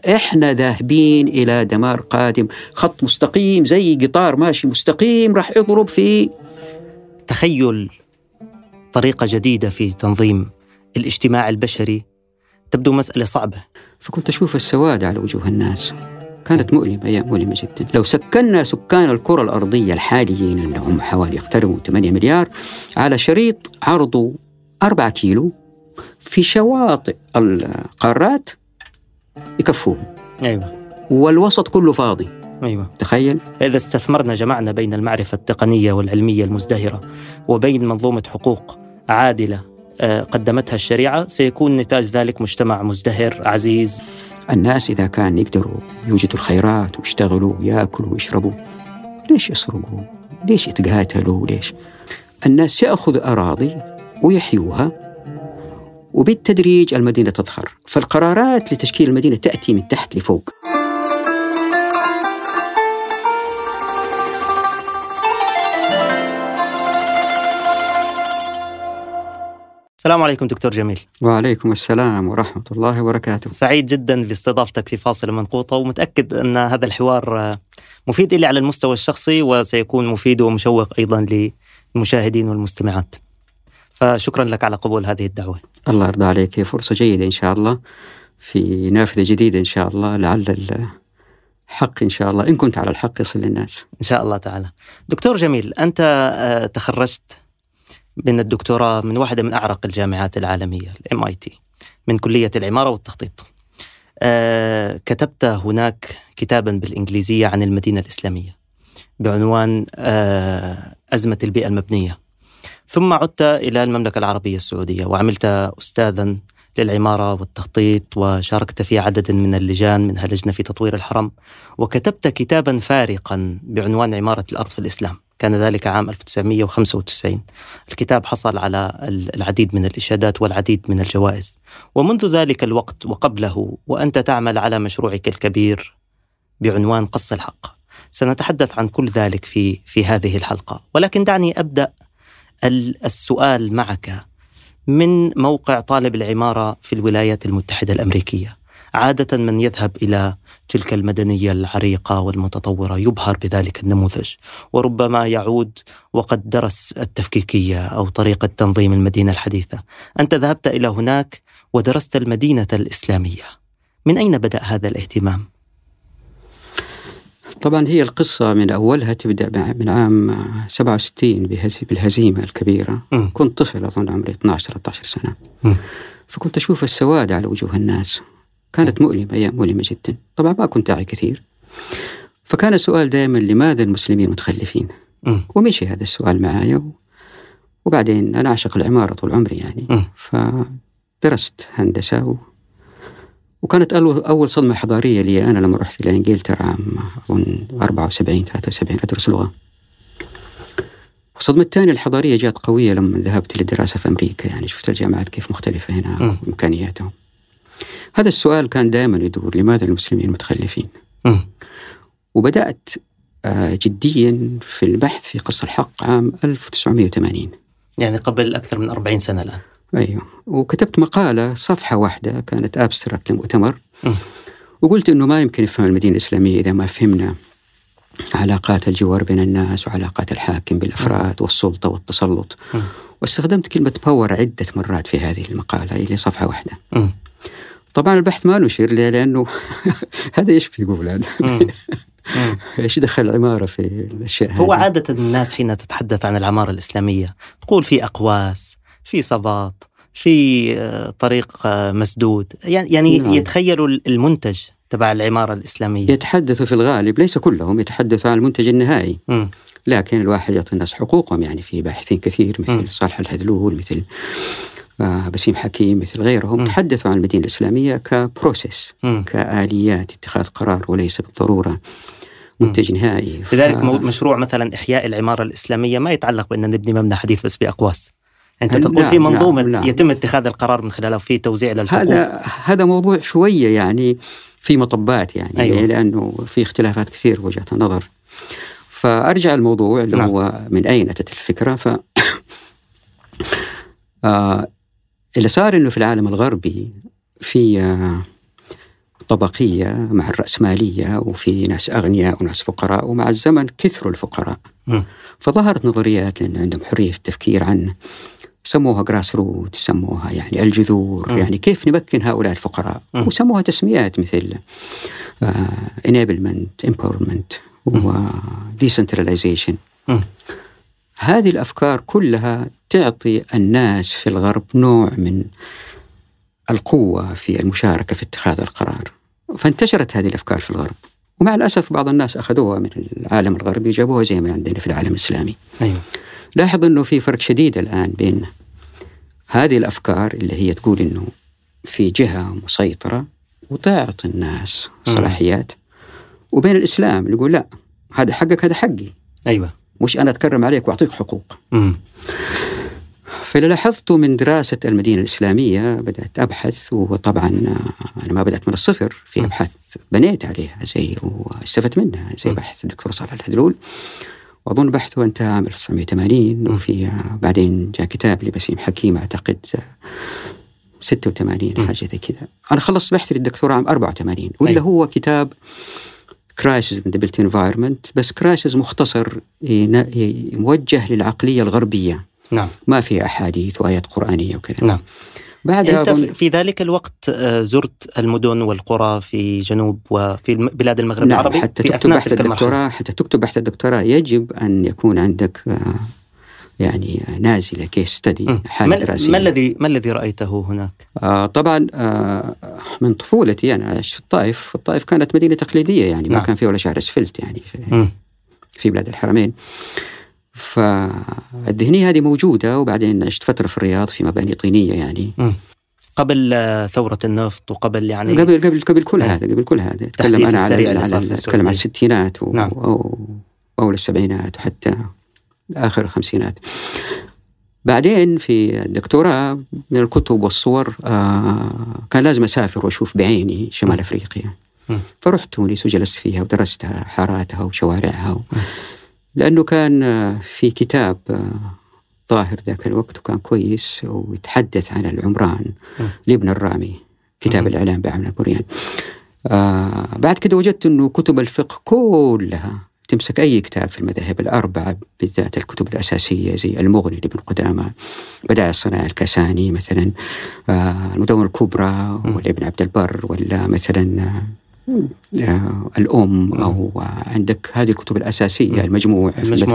إحنا ذاهبين إلى دمار قادم، خط مستقيم زي قطار ماشي مستقيم راح يضرب في. تخيل طريقة جديدة في تنظيم الاجتماع البشري تبدو مسألة صعبة. فكنت أشوف السواد على وجوه الناس، كانت مؤلمة، أيام مؤلمة جدا. لو سكننا سكان الكرة الأرضية الحاليين أنهم حوالي يقتربوا 8 مليار على شريط عرضه 4 كيلو في شواطئ القارات يكفوهم. أيوة. والوسط كله فاضي. أيوة. تخيل إذا استثمرنا جمعنا بين المعرفة التقنية والعلمية المزدهرة وبين منظومة حقوق عادلة قدمتها الشريعة، سيكون نتاج ذلك مجتمع مزدهر عزيز. الناس إذا كان يقدروا يوجدوا الخيرات ويشتغلوا ويأكلوا ويشربوا، ليش يسرقوا؟ ليش يتقاتلوا؟ ليش؟ الناس يأخذوا أراضي ويحيوها، وبالتدريج المدينة تظهر. فالقرارات لتشكيل المدينة تأتي من تحت لفوق. السلام عليكم دكتور جميل. وعليكم السلام ورحمة الله وبركاته. سعيد جدا باستضافتك في فاصلة منقوطة، ومتأكد أن هذا الحوار مفيد لي على المستوى الشخصي، وسيكون مفيد ومشوق أيضا للمشاهدين والمستمعات. فشكرا لك على قبول هذه الدعوة. الله يرضى عليك، فرصة جيدة إن شاء الله في نافذة جديدة إن شاء الله، لعل الحق إن شاء الله إن كنت على الحق يصل للناس إن شاء الله تعالى. دكتور جميل، أنت تخرجت من الدكتوراه من واحدة من أعرق الجامعات العالمية MIT، من كلية العمارة والتخطيط. كتبت هناك كتابا بالإنجليزية عن المدينة الإسلامية بعنوان أزمة البيئة المبنية، ثم عدت إلى المملكة العربية السعودية وعملت أستاذا للعمارة والتخطيط، وشاركت في عدد من اللجان، منها لجنة في تطوير الحرم، وكتبت كتابا فارقا بعنوان عمارة الأرض في الإسلام، كان ذلك عام 1995. الكتاب حصل على العديد من الإشادات والعديد من الجوائز. ومنذ ذلك الوقت وقبله وأنت تعمل على مشروعك الكبير بعنوان قص الحق. سنتحدث عن كل ذلك في هذه الحلقة، ولكن دعني أبدأ السؤال معك من موقع طالب العمارة في الولايات المتحدة الأمريكية. عادة من يذهب إلى تلك المدنية العريقة والمتطورة يبهر بذلك النموذج، وربما يعود وقد درس التفكيكية أو طريقة تنظيم المدينة الحديثة. أنت ذهبت إلى هناك ودرست المدينة الإسلامية. من أين بدأ هذا الاهتمام؟ طبعا هي القصة من أولها تبدأ من عام 67 بالهزيمة الكبيرة. كنت طفل أظن عمري 12-13 سنة. فكنت أشوف السواد على وجوه الناس، كانت مؤلمة، أيام مؤلمة جدا. طبعا ما كنت أعي كثير، فكان السؤال دائما لماذا المسلمين متخلفين؟ ومشي هذا السؤال معايا. وبعدين أنا أعشق العمارة طول عمري يعني. فدرست هندسة وكانت أول صدمة حضارية لي أنا لما رحت إلى إنجلترا عام أظن 74-73 أدرس لغة. والصدمة الثانية الحضارية جاءت قوية لما ذهبت للدراسة في أمريكا، يعني شفت الجامعات كيف مختلفة هنا وإمكانياتهم. هذا السؤال كان دائما يدور، لماذا المسلمين متخلفين؟ وبدأت جديا في البحث في قص الحق عام 1980، يعني قبل أكثر من 40 سنة الآن. أيوه. وكتبت مقالة صفحة واحدة كانت أبستراكت لمؤتمر، وقلت إنه ما يمكن نفهم المدينة الإسلامية إذا ما فهمنا علاقات الجوار بين الناس وعلاقات الحاكم بالأفراد والسلطة والتسلط. واستخدمت كلمة باور عدة مرات في هذه المقالة اللي صفحة واحدة. طبعا البحث ما نشر ليه، لأنه هذا إيش بيقول هذا؟ إيش دخل العمارة في الأشياء هذه؟ هو عادة الناس حين تتحدث عن العمارة الإسلامية تقول في أقواس، في صباط، في طريق مسدود، يعني نعم. يتخيلوا المنتج تبع العمارة الإسلامية. يتحدثوا في الغالب، ليس كلهم يتحدثوا عن المنتج النهائي. لكن الواحد يعطي الناس حقوقهم، يعني في باحثين كثير مثل صالح الهذلول، مثل بسيم حكيم، مثل غيرهم تحدثوا عن المدينة الإسلامية كبروسيس، كآليات اتخاذ قرار وليس بالضرورة منتج نهائي. لذلك مشروع مثلا إحياء العمارة الإسلامية ما يتعلق بأن نبني مبنى حديث بس بأقواس. أنت تقول في منظومة يتم اتخاذ القرار من خلالها، في توزيع للحقوق. هذا موضوع شوية يعني في مطبات يعني. أيوة. لأنه في اختلافات كثير وجهة النظر. فأرجع الموضوع اللي هو من أين أتت الفكرة. اللي صار إنه في العالم الغربي في طبقية مع الرأسمالية، وفي ناس أغنياء وناس فقراء، ومع الزمن كثروا الفقراء. فظهرت نظريات لأن عندهم حرية في التفكير عن سموها جراس روت، سموها يعني الجذور، يعني كيف نمكن هؤلاء الفقراء، وسموها تسميات مثل enablement, empowerment و decentralization. هذه الأفكار كلها تعطي الناس في الغرب نوع من القوة في المشاركة في اتخاذ القرار، فانتشرت هذه الأفكار في الغرب، ومع الأسف بعض الناس أخذوها من العالم الغربي جابوها زي ما عندنا في العالم الإسلامي. أيوة. لاحظ أنه في فرق شديد الآن بين هذه الأفكار اللي هي تقول أنه في جهة مسيطرة وتعطي الناس صلاحيات، وبين الإسلام اللي يقول لا، هذا حقك هذا حقي. أيوة. مش أنا أتكرم عليك وأعطيك حقوق. فاللي لاحظته من دراسة المدينة الإسلامية بدأت أبحث، وطبعا أنا ما بدأت من الصفر، في أبحاث بنيت عليها زي واستفدت منها زي بحث الدكتور صالح الهذلول، وأظن بحثه انتهى عام 1980، وفي بعدين جاء كتاب لبسيم حكيم أعتقد 86 حاجة زي كذا. أنا خلصت بحثي للدكتوراه عام 84، واللي هو كتاب Crisis in the Built Environment، بس Crisis مختصر موجه للعقلية الغربية. نعم. ما في أحاديث وآيات قرآنية وكذا. نعم. أنت في ذلك الوقت زرت المدن والقرى في جنوب وفي بلاد المغرب العربي. حتى تكتب بحث الدكتوراه يجب أن يكون عندك يعني نازلة كيس ستدي، حالة دراسية. ما الذي رأيته هناك؟ طبعا من طفولتي أنا عشت في الطائف. الطائف كانت مدينة تقليدية يعني ما كان فيها ولا شارع اسفلت يعني في بلاد الحرمين. فالذهنية هذه موجودة. وبعدين عشت فترة في الرياض في مباني طينية يعني قبل ثورة النفط وقبل يعني قبل كل هذا أتكلم أنا أتكلم على الستينات أول السبعينات وحتى آخر الخمسينات. بعدين في الدكتوراه من الكتب والصور كان لازم أسافر وأشوف بعيني شمال أفريقيا. فرحت تونس وجلست فيها ودرستها، حاراتها وشوارعها لأنه كان في كتاب ظاهر ذاك الوقت وكان كويس ويتحدث عن العمران لابن الرامي، كتاب الإعلام بعمل البريان. بعد كده وجدت أنه كتب الفقه كلها تمسك أي كتاب في المذاهب الأربعة بالذات الكتب الأساسية زي المغني لابن قدامة، بدائع الصناعة الكساني مثلا، المدونة الكبرى والابن عبد البر، ولا مثلا الأم أو عندك هذه الكتب الأساسية المجموع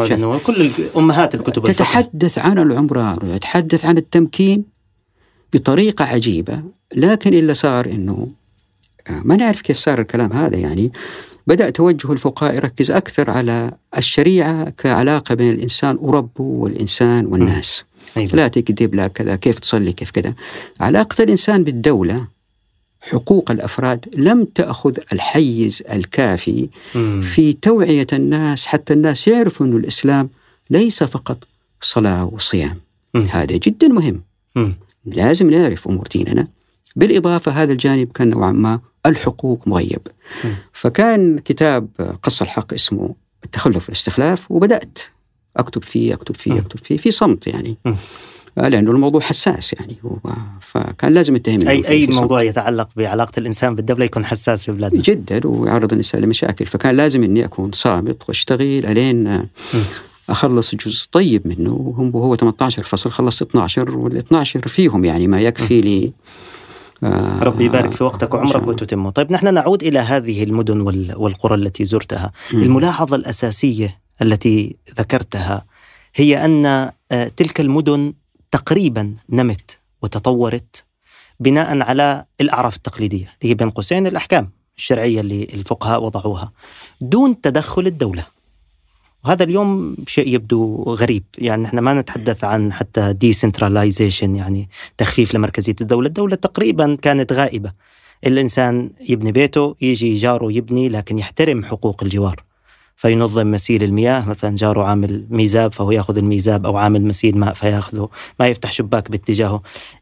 كل أمهات الكتب تتحدث عن العمران وتتحدث عن التمكين بطريقة عجيبة. لكن اللي صار إنه ما نعرف كيف صار الكلام هذا. يعني بدأ توجه الفقهاء يركز أكثر على الشريعة كعلاقة بين الإنسان وربه والإنسان والناس. لا تكذب، لا كذا، كيف تصلي، كيف كذا. علاقة الإنسان بالدولة، حقوق الأفراد لم تأخذ الحيز الكافي في توعية الناس حتى الناس يعرفوا أن الإسلام ليس فقط صلاة وصيام. هذا جدا مهم. لازم نعرف أمور ديننا. بالإضافة هذا الجانب كان نوعا ما الحقوق مغيب. فكان كتاب قص الحق اسمه التخلف والاستخلاف، وبدأت أكتب فيه في صمت يعني لأنه الموضوع حساس يعني. فكان لازم اتهم أي موضوع يتعلق بعلاقة الإنسان بالدولة يكون حساس في بلادنا جدا ويعرض الإنسان لمشاكل. فكان لازم إني أكون صامت واشتغل ألين أخلص جزء طيب منه، وهو 18 فصل، خلصت 12 وال12 فيهم يعني ما يكفي لي. ربي يبارك في وقتك وعمرك وتتمه. طيب نحن نعود إلى هذه المدن والقرى التي زرتها. الملاحظة الأساسية التي ذكرتها هي أن تلك المدن تقريبا نمت وتطورت بناء على الأعراف التقليدية اللي هي بين قوسين الأحكام الشرعية اللي الفقهاء وضعوها دون تدخل الدولة. وهذا اليوم شيء يبدو غريب. يعني نحن ما نتحدث عن حتى decentralization يعني تخفيف لمركزية الدولة. الدولة تقريبا كانت غائبة. الإنسان يبني بيته، يجي جاره يبني، لكن يحترم حقوق الجوار، فينظم مسيل المياه. مثلا جاره عامل ميزاب فهو يأخذ الميزاب، أو عامل مسيل ماء فيأخذه، ما يفتح شباك باتجاهه.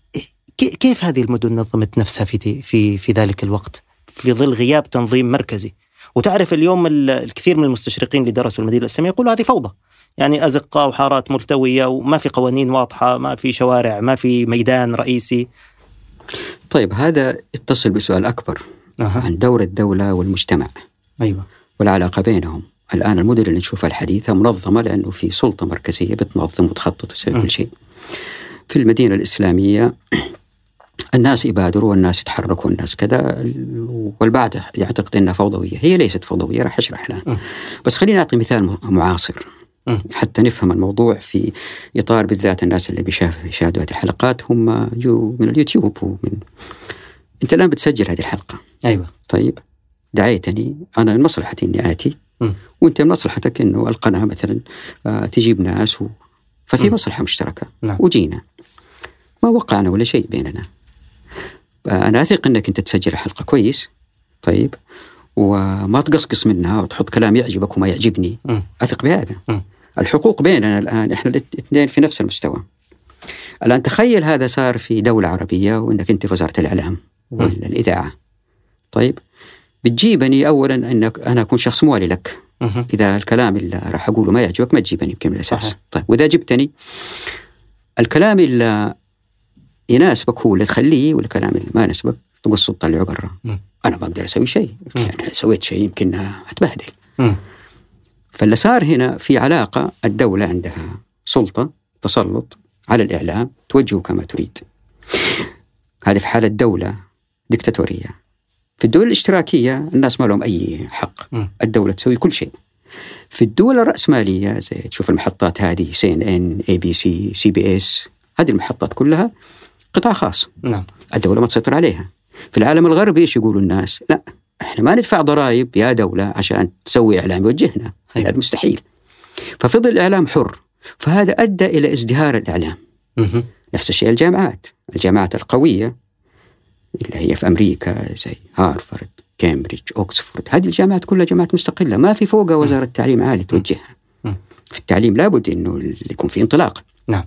كيف هذه المدن نظمت نفسها في ذلك الوقت في ظل غياب تنظيم مركزي؟ وتعرف اليوم الكثير من المستشرقين اللي درسوا المدينة الإسلامية يقولوا هذه فوضى، يعني أزقة وحارات ملتوية وما في قوانين واضحة، ما في شوارع، ما في ميدان رئيسي. طيب هذا يتصل بسؤال أكبر، عن دور الدولة والمجتمع. أيوة. والعلاقة بينهم. الآن المدن اللي نشوفها الحديثة منظمة لأنه في سلطة مركزية بتنظم وتخطط وتسوي كل شيء. في المدينة الإسلامية الناس يبادروا والناس يتحركوا والناس كذا، والبعض يعتقد أنها فوضوية. هي ليست فوضوية، راح أشرح الآن. بس خلينا نعطي مثال معاصر حتى نفهم الموضوع في إطار بالذات الناس اللي بيشاهدوا هذه الحلقات هم من اليوتيوب أنت الآن بتسجل هذه الحلقة. أيوة. طيب دعيتني أنا من مصلحتي إني آتي، وأنت من مصلحتك إنه القناة مثلا تجيب ناس ففي مصلحة مشتركة. نعم. وجينا ما وقعنا ولا شيء بيننا. أنا أثق إنك أنت تسجل حلقة كويس، طيب، وما تقصقص منها وتحط كلام يعجبك وما يعجبني. أثق بهذا. الحقوق بيننا الآن إحنا الاثنين في نفس المستوى. الآن تخيل هذا صار في دولة عربية وإنك أنت في وزارة الإعلام والإذاعة. طيب بتجيبني أولا إنك أنا أكون شخص موالي لك. إذا الكلام اللي راح أقوله ما يعجبك ما تجيبني بكامل الأساس. طيب وإذا جبتني الكلام اللي يناسبك هو اللي تخليه، والكلام اللي ما يناسبك تقص وتطلعه برا. أنا ما أقدر أسوي شيء، يعني سويت شيء يمكن أتبهدل. فاللي صار هنا في علاقة الدولة عندها سلطة تسلط على الإعلام توجهه كما تريد. هذا في حالة دولة ديكتاتورية. في الدول الاشتراكية الناس ما لهم أي حق، الدولة تسوي كل شيء. في الدول الرأسمالية زي تشوف المحطات هذه CNN ABC CBS، هذه المحطات كلها قطاع خاص. نعم. الدولة ما تسيطر عليها. في العالم الغربي ايش يقولوا الناس؟ لا احنا ما ندفع ضرائب يا دولة عشان تسوي إعلام يوجهنا. هذا مستحيل. ففضل الإعلام حر، فهذا أدى إلى ازدهار الإعلام. نفس الشيء الجامعات القوية اللي هي في أمريكا زي هارفارد كامبريدج أوكسفورد، هذه الجامعات كلها جامعات مستقلة ما في فوقها وزارة تعليم عالي توجهها. في التعليم لابد إنه يكون في انطلاق. نعم.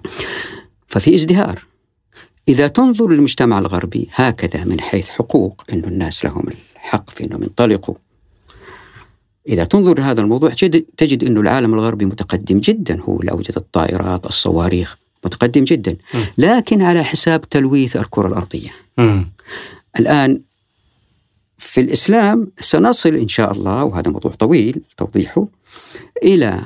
ففي ازدهار. إذا تنظر للمجتمع الغربي هكذا من حيث حقوق إنه الناس لهم الحق في إنهم ينطلقوا، إذا تنظر لهذا الموضوع تجد إنه العالم الغربي متقدم جدا. هو اللي أوجد الطائرات الصواريخ، متقدم جدا، لكن على حساب تلويث الكرة الأرضية. الآن في الإسلام سنصل إن شاء الله، وهذا موضوع طويل توضيحه، إلى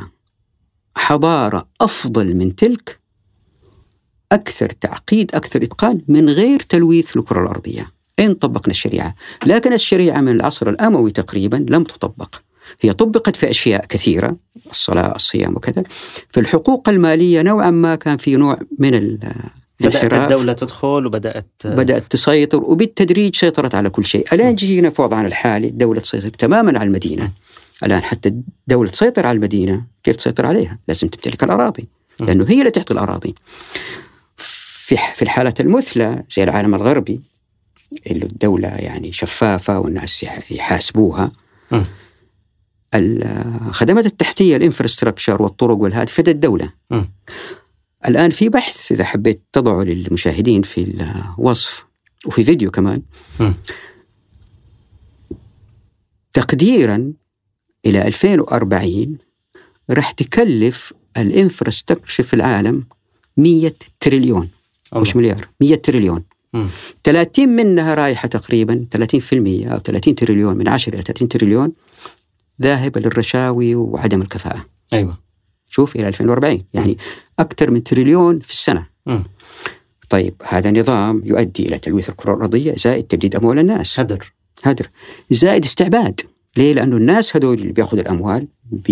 حضارة أفضل من تلك، أكثر تعقيد، أكثر إتقان، من غير تلويث الكرة الأرضية إن طبقنا الشريعة. لكن الشريعة من العصر الأموي تقريبا لم تطبق. هي طبقت في أشياء كثيرة، الصلاة الصيام وكذا. في الحقوق المالية نوعا ما كان في نوع من الانحراف. بدأت الدولة تدخل وبدأت تسيطر، وبالتدريج سيطرت على كل شيء. الآن جينا في وضعنا الحالي الدولة تسيطر تماما على المدينة. الآن حتى الدولة تسيطر على المدينة، كيف تسيطر عليها؟ لازم تمتلك الأراضي، لأنه هي اللي تعطي الأراضي. في الحالات المثلى زي العالم الغربي اللي الدولة يعني شفافة والناس يحاسبوها، الخدمات التحتية الانفراستراكشر والطرق والهذه فدت الدولة. الآن في بحث إذا حبيت تضعه للمشاهدين في الوصف وفي فيديو كمان، تقديرا إلى 2040 راح تكلف الانفراستراكشر في العالم 100 تريليون، مش مليار، 100 تريليون. 30 منها رايحة تقريبا 30% أو 30 تريليون، من 10 إلى 30 تريليون ذاهبة للرشاوي وعدم الكفاءة. أيوة. شوف إلى 2040 يعني أكثر من تريليون في السنة. طيب هذا نظام يؤدي إلى تلويث الكرة الأرضية، زائد تبديد أموال الناس، هدر، زائد استعباد. ليه؟ لأنه الناس هذول اللي بيأخذوا الأموال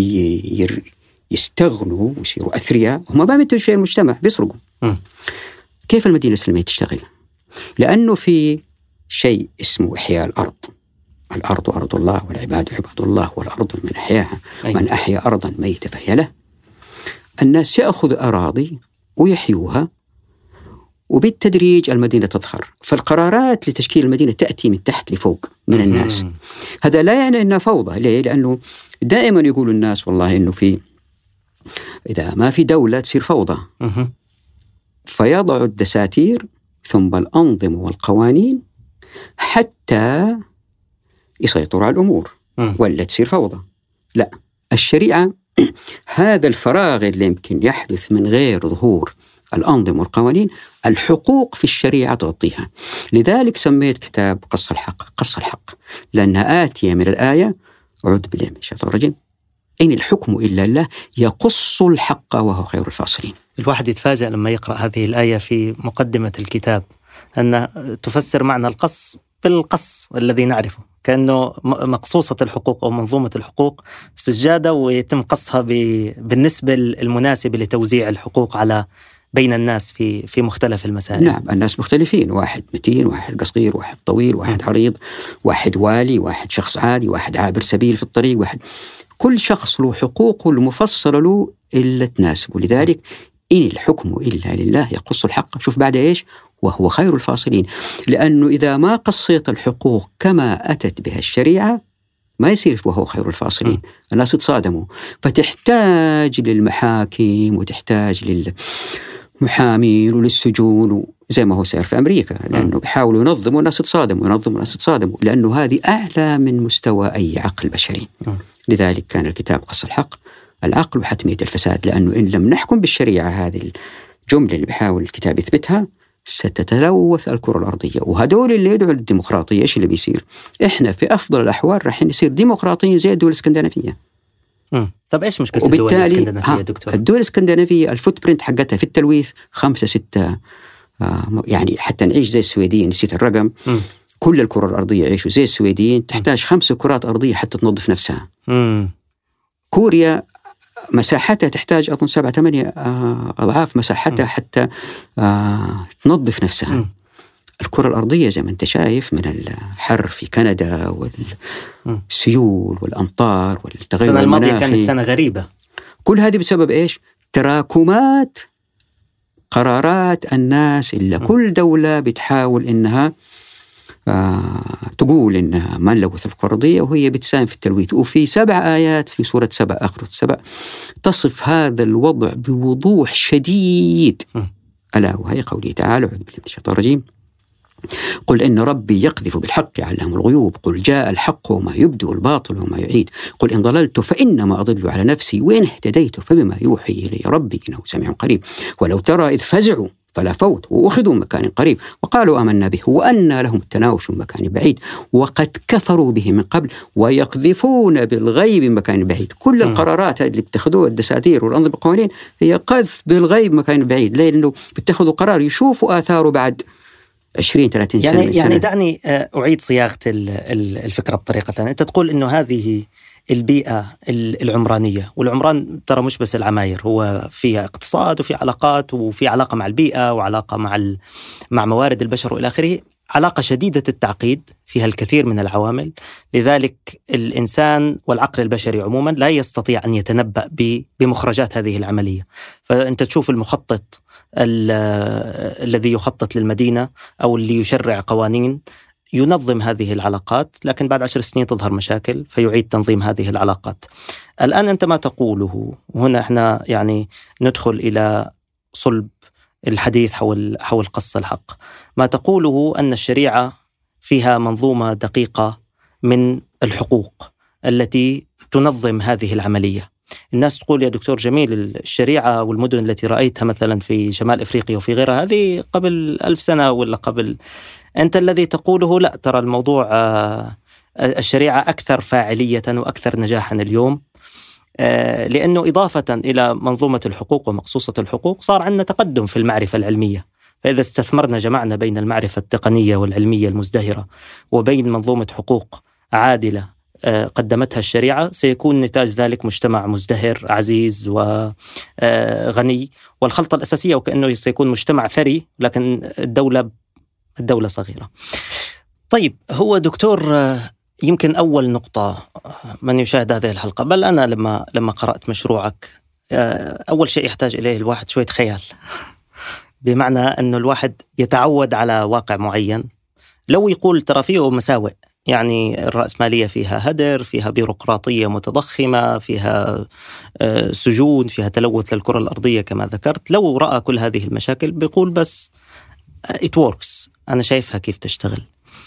يستغنوا ويصيروا أثرياء، هم ما بيمتلكوا شيء المجتمع، بيسرقوا. كيف المدينة الإسلامية تشتغل؟ لأنه في شيء اسمه إحياء الأرض. الأرض أرض الله والعباد عباد الله والأرض من أحياها. من أحيا أرضا ميتة فهي له. الناس يأخذ أراضي ويحيوها، وبالتدريج المدينة تظهر. فالقرارات لتشكيل المدينة تأتي من تحت لفوق من الناس. هذا لا يعني أنها فوضى. ليه؟ لأنه دائما يقول الناس والله أنه إذا ما في دولة تصير فوضى. فيضع الدساتير ثم الأنظمة والقوانين حتى يسيطروا على الأمور ولا تصير فوضى. لا، الشريعة هذا الفراغ اللي يمكن يحدث من غير ظهور الأنظمة والقوانين الحقوق في الشريعة تغطيها. لذلك سميت كتاب قص الحق لأنها آتية من الآية أعوذ بالله من الشيطان الرجيم إن الحكم إلا الله يقص الحق وهو خير الفاصلين. الواحد يتفاجأ لما يقرأ هذه الآية في مقدمة الكتاب أن تفسر معنى القص بالقص الذي نعرفه، كأنه مقصوصة الحقوق أو منظومة الحقوق سجادة ويتم قصها بالنسبة المناسبة لتوزيع الحقوق على بين الناس في مختلف المسائل. نعم، الناس مختلفين، واحد متين، واحد قصير، واحد طويل، واحد عريض، واحد والي، واحد شخص عادي، واحد عابر سبيل في الطريق، كل شخص له حقوقه المفصلة له إلا تناسبه. لذلك إن الحكم إلا لله يقص الحق. شوف بعد إيش؟ وهو خير الفاصلين. لأنه إذا ما قصيت الحقوق كما أتت بها الشريعة ما يصير وهو خير الفاصلين. الناس يتصادموا، فتحتاج للمحاكم وتحتاج للمحامين وللسجون زي ما هو سير في أمريكا، لأنه بيحاولوا ينظموا الناس يتصادموا لأنه هذه أعلى من مستوى أي عقل بشري. لذلك كان الكتاب قص الحق، العقل وحتمية الفساد. لأنه إن لم نحكم بالشريعة، هذه الجملة اللي بيحاول الكتاب يثبتها، ستتلوث الكرة الأرضية. وهدول اللي يدعوا للديمقراطية إيش اللي بيصير؟ إحنا في أفضل الأحوال راح نصير ديمقراطيين زي الدول الإسكندنافية. طب إيش مشكلة الدول الإسكندنافية دكتور؟ الدول الإسكندنافية الفوت برنت حقتها في التلويث 5-6 يعني حتى نعيش زي السويديين، نسيت الرقم. كل الكرة الأرضية يعيشوا زي السويديين، تحتاج 5 كرات أرضية حتى تنظف نفسها. كوريا مساحتها تحتاج أظن 7-8 أضعاف مساحتها حتى تنظف نفسها. الكرة الأرضية زي ما أنت شايف من الحر في كندا والسيول والأمطار والتغير السنة المناخي. الماضية كانت سنة غريبة. كل هذه بسبب إيش؟ تراكمات قرارات الناس اللي كل دولة بتحاول إنها تقول إنها ما نلوث الكرة الأرضية، وهي بتساهم في التلويث. وفي 7 آيات في سورة 7 آخر 7 تصف هذا الوضع بوضوح شديد. ألا وهي قوله تعالى أعوذ بالله من الشيطان الرجيم قل إن ربي يقذف بالحق علام الغيوب قل جاء الحق وما يبدو الباطل وما يعيد قل إن ضللت فإنما أضل على نفسي وإن اهتديت فبما يوحي إلي ربي إنه سميع قريب ولو ترى إذ فزعوا فلا فوت وأخذوا من مكان قريب وقالوا آمنا به وأنى لهم التناوش من مكان بعيد وقد كفروا به من قبل ويقذفون بالغيب من مكان بعيد. كل القرارات اللي بتاخذوها الدساتير والأنظمة القوانين هي قذف بالغيب مكان بعيد. ليه؟ لأنه بتاخذوا قرار يشوفوا آثاره بعد 20-30 سنة. يعني دعني أعيد صياغة الفكرة بطريقة ثانية. أنت تقول إنه هذه البيئة العمرانية، والعمران ترى مش بس العماير، هو في اقتصاد وفي علاقات وفي علاقة مع البيئة وعلاقة مع موارد البشر وإلى آخره، علاقة شديدة التعقيد فيها الكثير من العوامل. لذلك الإنسان والعقل البشري عموما لا يستطيع أن يتنبأ بمخرجات هذه العملية. فأنت تشوف المخطط الذي يخطط للمدينة أو اللي يشرع قوانين ينظم هذه العلاقات، لكن بعد 10 سنين تظهر مشاكل فيعيد تنظيم هذه العلاقات. الآن أنت ما تقوله، وهنا احنا يعني ندخل إلى صلب الحديث حول قص الحق، ما تقوله أن الشريعة فيها منظومة دقيقة من الحقوق التي تنظم هذه العملية. الناس تقول يا دكتور جميل الشريعة والمدن التي رأيتها مثلا في شمال إفريقيا وفي غيرها هذه قبل 1000 سنة ولا قبل. أنت الذي تقوله لا، ترى الموضوع الشريعة أكثر فاعلية وأكثر نجاحا اليوم، لأنه إضافة إلى منظومة الحقوق ومقصوصة الحقوق صار عندنا تقدم في المعرفة العلمية. فإذا استثمرنا جمعنا بين المعرفة التقنية والعلمية المزدهرة وبين منظومة حقوق عادلة قدمتها الشريعة، سيكون نتاج ذلك مجتمع مزدهر عزيز وغني. والخلطة الأساسية وكأنه سيكون مجتمع ثري لكن الدولة صغيرة. طيب، هو دكتور يمكن أول نقطة من يشاهد هذه الحلقة، بل أنا لما قرأت مشروعك أول شيء يحتاج إليه الواحد شوية خيال بمعنى أنه الواحد يتعود على واقع معين. لو يقول ترى فيه مساوئ، يعني الرأسمالية فيها هدر، فيها بيروقراطية متضخمة، فيها سجون، فيها تلوث للكرة الأرضية كما ذكرت. لو رأى كل هذه المشاكل بيقول بس it works، أنا شايفها كيف تشتغل.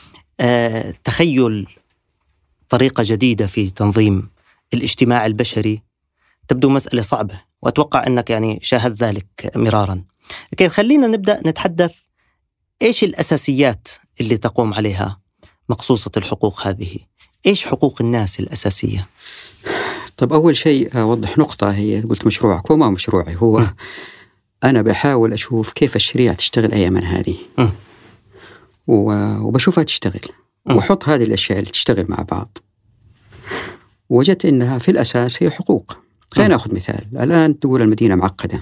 تخيل طريقة جديدة في تنظيم الاجتماع البشري تبدو مسألة صعبة، وأتوقع أنك يعني شاهد ذلك مرارا. لكن خلينا نبدأ نتحدث إيش الأساسيات اللي تقوم عليها مقصوصة الحقوق هذه؟ إيش حقوق الناس الأساسية؟ طب أول شيء أوضح نقطة، هي قلت مشروعك وما مشروعي، هو أنا بحاول أشوف كيف الشريعة تشتغل أيامنا هذه، وبشوفها تشتغل، وحط هذه الأشياء اللي تشتغل مع بعض، وجدت إنها في الأساس هي حقوق. خلينا نأخذ مثال. الآن تقول المدينة معقدة.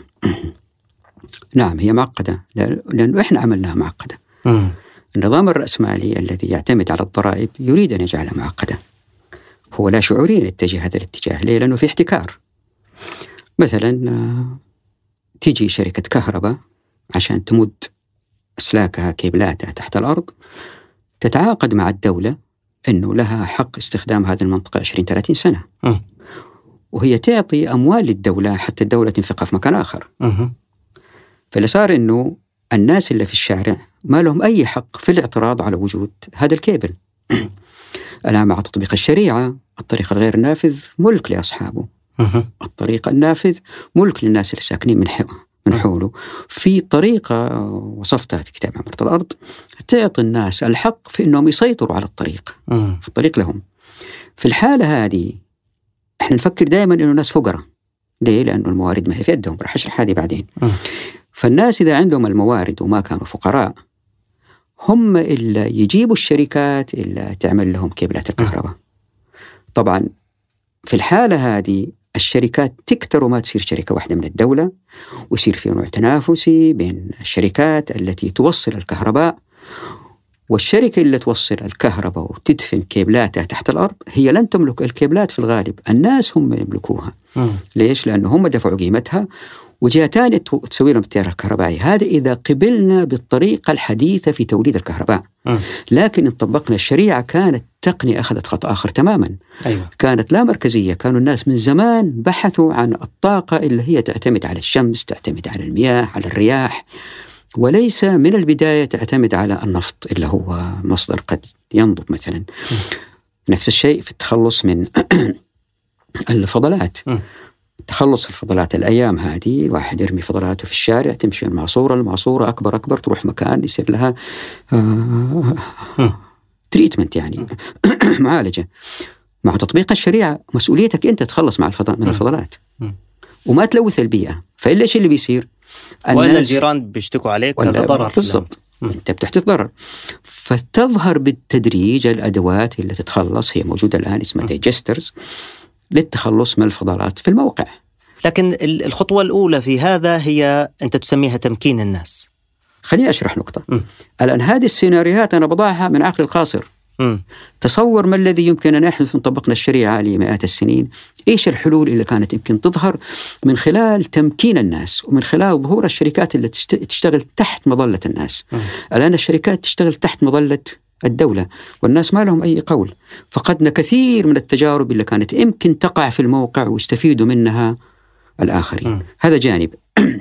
نعم هي معقدة لأنه إحنا عملناها معقدة. النظام الرأسمالي الذي يعتمد على الضرائب يريد أن يجعلها معقدة. هو لا شعوريا يتجه هذا الاتجاه. ليه؟ لأنه في احتكار. مثلا تيجي شركة كهرباء عشان تمد أسلاكها كيبلاتها تحت الأرض، تتعاقد مع الدولة أنه لها حق استخدام هذه المنطقة 20-30 سنة، وهي تعطي أموال للدولة حتى الدولة تنفقها في مكان آخر. فاللي صار أنه الناس اللي في الشارع ما لهم أي حق في الاعتراض على وجود هذا الكيبل. الآن مع تطبيق الشريعة، الطريق الغير نافذ ملك لأصحابه، الطريق النافذ ملك للناس اللي ساكنين من حوله. في طريقة وصفتها في كتاب عمارة الأرض تعطي الناس الحق في أنهم يسيطروا على الطريق، في الطريق لهم. في الحالة هذه احنا نفكر دائما أنه الناس فقراء. ليه؟ لأنه الموارد ما هي في يدهم، رح أشرح هذه بعدين. فالناس إذا عندهم الموارد وما كانوا فقراء، هم اللي يجيبوا الشركات اللي تعمل لهم كيبلات الكهرباء. طبعا في الحالة هذه الشركات تكتر وما تصير شركة واحدة من الدولة، ويصير في نوع تنافسي بين الشركات التي توصل الكهرباء، والشركة اللي توصل الكهرباء وتدفن كيبلاتها تحت الأرض هي لن تملك الكيبلات في الغالب، الناس هم يملكوها. ليش؟ لأنه هم دفعوا قيمتها، وجهة تانية تسوي لهم التيار الكهربائي. هذا إذا قبلنا بالطريقة الحديثة في توليد الكهرباء. لكن إن طبقنا الشريعة كانت تقنية أخذت خط آخر تماما. أيوة. كانت لا مركزية. كانوا الناس من زمان بحثوا عن الطاقة اللي هي تعتمد على الشمس، تعتمد على المياه، على الرياح، وليس من البداية تعتمد على النفط اللي هو مصدر قد ينضب مثلا. نفس الشيء في التخلص من الفضلات. تخلص الفضلات الأيام هذه واحد يرمي فضلاته في الشارع، تمشي الماسورة أكبر تروح مكان يصير لها تريتمنت، يعني معالجة. مع تطبيق الشريعة مسؤوليتك أنت تخلص من الفضلات وما تلوث البيئة. فإلا إيش اللي بيصير؟ ولا الجيران بيشتكوا عليك هذا ضرر. بالضبط. أنت بتحدث ضرر. فتظهر بالتدريج الأدوات اللي تتخلص، هي موجودة الآن اسمها ديجسترز للتخلص من الفضلات في الموقع. لكن الخطوة الأولى في هذا هي أنت تسميها تمكين الناس. خليني أشرح نقطة. الآن هذه السيناريوهات أنا بضعها من عقل القاصر. تصور ما الذي يمكن أن يحدث إن طبقنا الشريعة لمئات السنين. إيش الحلول اللي كانت يمكن تظهر من خلال تمكين الناس ومن خلال ظهور الشركات اللي تشتغل تحت مظلة الناس. الآن الشركات تشتغل تحت مظلة الدولة والناس ما لهم أي قول. فقدنا كثير من التجارب اللي كانت يمكن تقع في الموقع ويستفيدوا منها الآخرين. هذا جانب.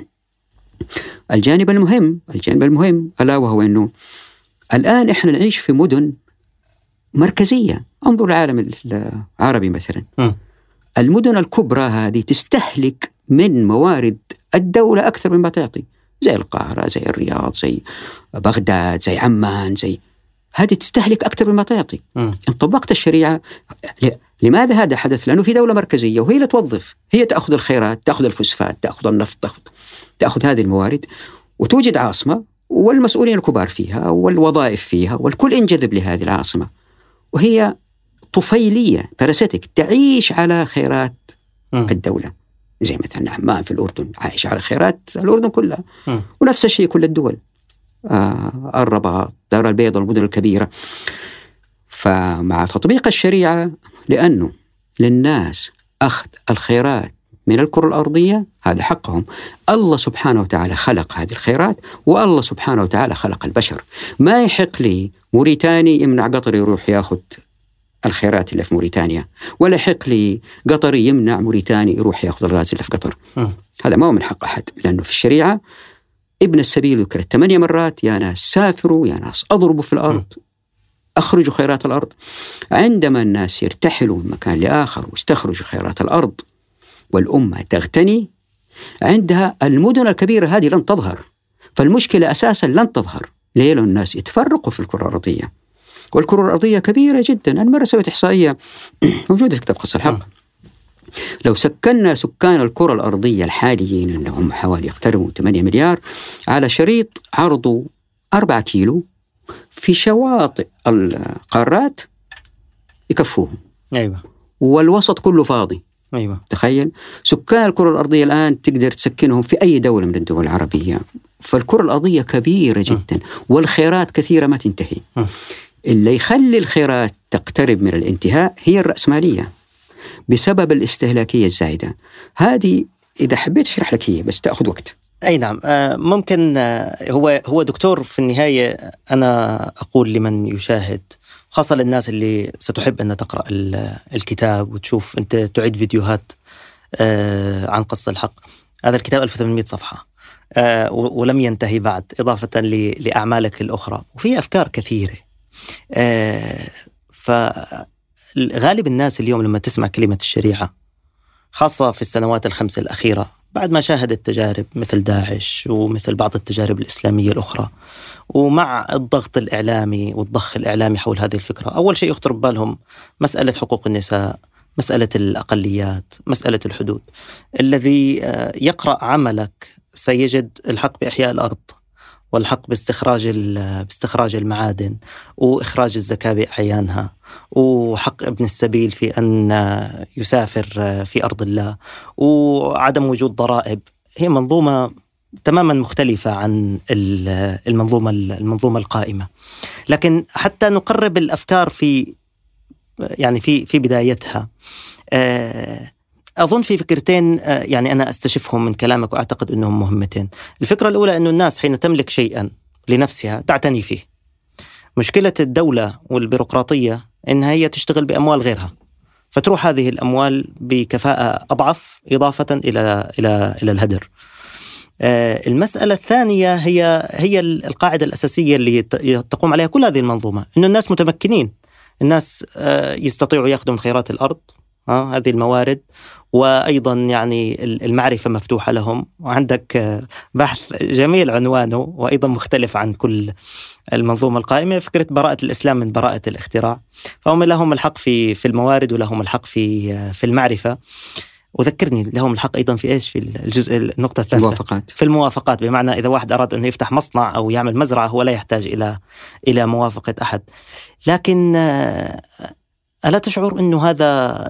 الجانب المهم ألا وهو أنه الآن إحنا نعيش في مدن مركزية. انظر العالم العربي مثلا. المدن الكبرى هذه تستهلك من موارد الدولة أكثر مما تعطي، زي القاهرة، زي الرياض، زي بغداد، زي عمان، هذه تستهلك أكثر مما تعطي. إن طبقت الشريعة. لماذا هذا حدث؟ لأنه في دولة مركزية وهي اللي توظف، هي تأخذ الخيرات، تأخذ الفوسفات، تأخذ النفط، تأخذ هذه الموارد، وتوجد عاصمة والمسؤولين الكبار فيها والوظائف فيها والكل ينجذب لهذه العاصمة، وهي طفيلية باراسيتك تعيش على خيرات الدولة. زي مثلا عمان في الأردن عايش على خيرات الأردن كلها. ونفس الشيء كل الدول، الرباط، دار البيضاء، المدن الكبيرة. فمع تطبيق الشريعة، لأنه للناس أخذ الخيرات من الكرة الأرضية، هذا حقهم. الله سبحانه وتعالى خلق هذه الخيرات، والله سبحانه وتعالى خلق البشر. ما يحق لي موريتاني يمنع قطري يروح ياخذ الخيرات اللي في موريتانيا، ولا يحق لي قطري يمنع موريتاني يروح ياخذ الغاز اللي في قطر. هذا ما هو من حق أحد، لأنه في الشريعة ابن السبيل ذكر 8 مرات: يا ناس سافروا، يا ناس أضربوا في الأرض، أخرجوا خيرات الأرض. عندما الناس يرتحلوا من مكان لآخر واستخرجوا خيرات الأرض والأمة تغتني، عندها المدن الكبيرة هذه لن تظهر. فالمشكلة أساسا لن تظهر. ليه؟ لأن الناس يتفرقوا في الكرة الأرضية، والكرة الأرضية كبيرة جدا. أنا مرة سويت إحصائية موجودة في كتاب قص الحق، لو سكننا سكان الكرة الأرضية الحاليين أنهم حوالي يقتربوا 8 مليار على شريط عرضه 4 كيلو في شواطئ القارات يكفوهم. أيوة. والوسط كله فاضي. أيوة. تخيل سكان الكرة الأرضية الآن تقدر تسكنهم في أي دولة من الدول العربية. فالكرة الأرضية كبيرة جدا والخيرات كثيرة ما تنتهي. اللي يخلي الخيرات تقترب من الانتهاء هي الرأسمالية بسبب الاستهلاكية الزايدة. هذه إذا حبيت أشرح لك هي بس تأخذ وقت. أي نعم. ممكن. هو دكتور في النهاية أنا أقول لمن يشاهد، خاصة للناس اللي ستحب أن تقرأ الكتاب وتشوف، أنت تعيد فيديوهات عن قص الحق. هذا الكتاب 1800 صفحة ولم ينتهي بعد، إضافة لأعمالك الأخرى، وفي أفكار كثيرة. فغالب الناس اليوم لما تسمع كلمة الشريعة، خاصة في السنوات ال5 الأخيرة بعد ما شاهدت تجارب مثل داعش ومثل بعض التجارب الإسلامية الأخرى، ومع الضغط الإعلامي والضخ الإعلامي حول هذه الفكرة، أول شيء يخطر ببالهم مسألة حقوق النساء، مسألة الأقليات، مسألة الحدود. الذي يقرأ عملك سيجد الحق بإحياء الأرض، والحق باستخراج المعادن، وإخراج الزكاة بأعيانها، وحق ابن السبيل في أن يسافر في أرض الله، وعدم وجود ضرائب. هي منظومة تماما مختلفة عن المنظومة القائمة. لكن حتى نقرب الأفكار في بدايتها، أظن في فكرتين يعني أنا أستشفهم من كلامك وأعتقد أنهم مهمتين. الفكرة الأولى أن الناس حين تملك شيئا لنفسها تعتني فيه. مشكلة الدولة والبيروقراطية أنها هي تشتغل بأموال غيرها، فتروح هذه الأموال بكفاءة أضعف إضافة إلى الهدر. المسألة الثانية هي القاعدة الأساسية اللي تقوم عليها كل هذه المنظومة، أن الناس متمكنين، الناس يستطيعوا يأخذوا من خيرات الأرض هذه الموارد، وأيضا يعني المعرفة مفتوحة لهم. وعندك بحث جميل عنوانه وأيضا مختلف عن كل المنظومة القائمة، فكرة براءة الإسلام من براءة الاختراع. فهم لهم الحق في الموارد، ولهم الحق في المعرفة، وذكرني لهم الحق أيضا في إيش، في النقطة الثالثة في الموافقات. بمعنى إذا واحد أراد أنه يفتح مصنع أو يعمل مزرعة هو لا يحتاج إلى موافقة أحد. لكن ألا تشعر أنه هذا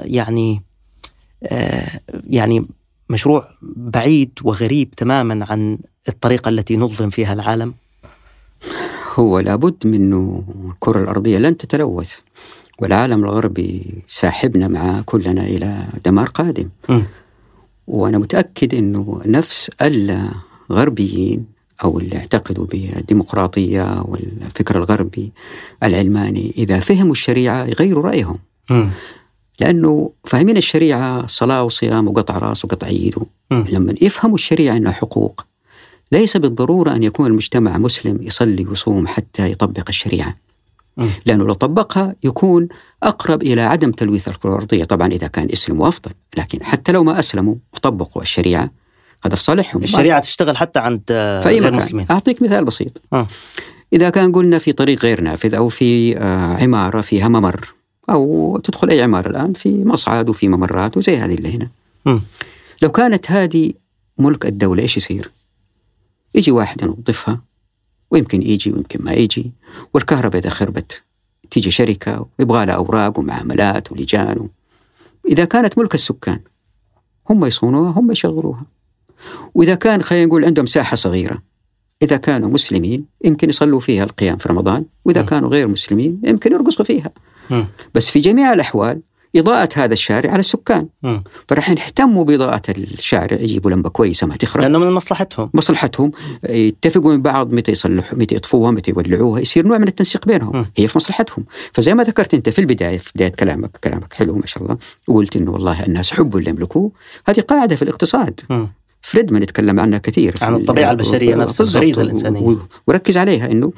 يعني مشروع بعيد وغريب تماما عن الطريقة التي نظم فيها العالم؟ هو لابد منه. الكرة الأرضية لن تتلوث، والعالم الغربي ساحبنا مع كلنا إلى دمار قادم. وأنا متأكد أنه نفس الغربيين أو اللي اعتقدوا بالديمقراطية والفكر الغربي العلماني إذا فهموا الشريعة يغيروا رأيهم. لأنه فاهمين الشريعة صلاة وصيام وقطع راس وقطع يد. لما يفهموا الشريعة أنها حقوق، ليس بالضرورة أن يكون المجتمع مسلم يصلي ويصوم حتى يطبق الشريعة، لأنه لو طبقها يكون أقرب إلى عدم تلويث الكرة الأرضية. طبعا إذا كان أسلموا أفضل، لكن حتى لو ما أسلموا وطبقوا الشريعة هذا في صالحهم. الشريعة تشتغل حتى عند غير المسلمين. أعطيك مثال بسيط. إذا كان قلنا في طريق غير نافذ أو في عمارة فيها ممر، أو تدخل أي عمارة الآن في مصعد وفي ممرات وزي هذه اللي هنا، لو كانت هذه ملك الدولة إيش يصير؟ يجي واحد ينظفها، ويمكن يجي ويمكن ما يجي، والكهرباء إذا خربت تيجي شركة ويبغى لها أوراق ومعاملات ولجان. إذا كانت ملك السكان هم يصونوها هم يشغلوها. وإذا كان خلينا نقول عندهم ساحة صغيرة، إذا كانوا مسلمين يمكن يصلوا فيها القيام في رمضان، وإذا كانوا غير مسلمين يمكن يرقصوا فيها. بس في جميع الأحوال إضاءة هذا الشارع على السكان، فرح يهتموا بإضاءة الشارع، يجيبوا لمبة كويسة ما تخرب، لأنه من مصلحتهم يتفقوا من بعض متى يصلحوا، متى يطفوها، متى يولعوها، يصير نوع من التنسيق بينهم. هي في مصلحتهم. فزي ما ذكرت أنت في بداية كلامك حلو ما شاء الله، وقلت إنه والله الناس حبوا اللي يملكوه. هذه قاعدة في الاقتصاد. فريدمان يتكلم عنها كثير، عن الطبيعة البشرية نفسها، الغريزة الإنسانية، وركز عليها إنه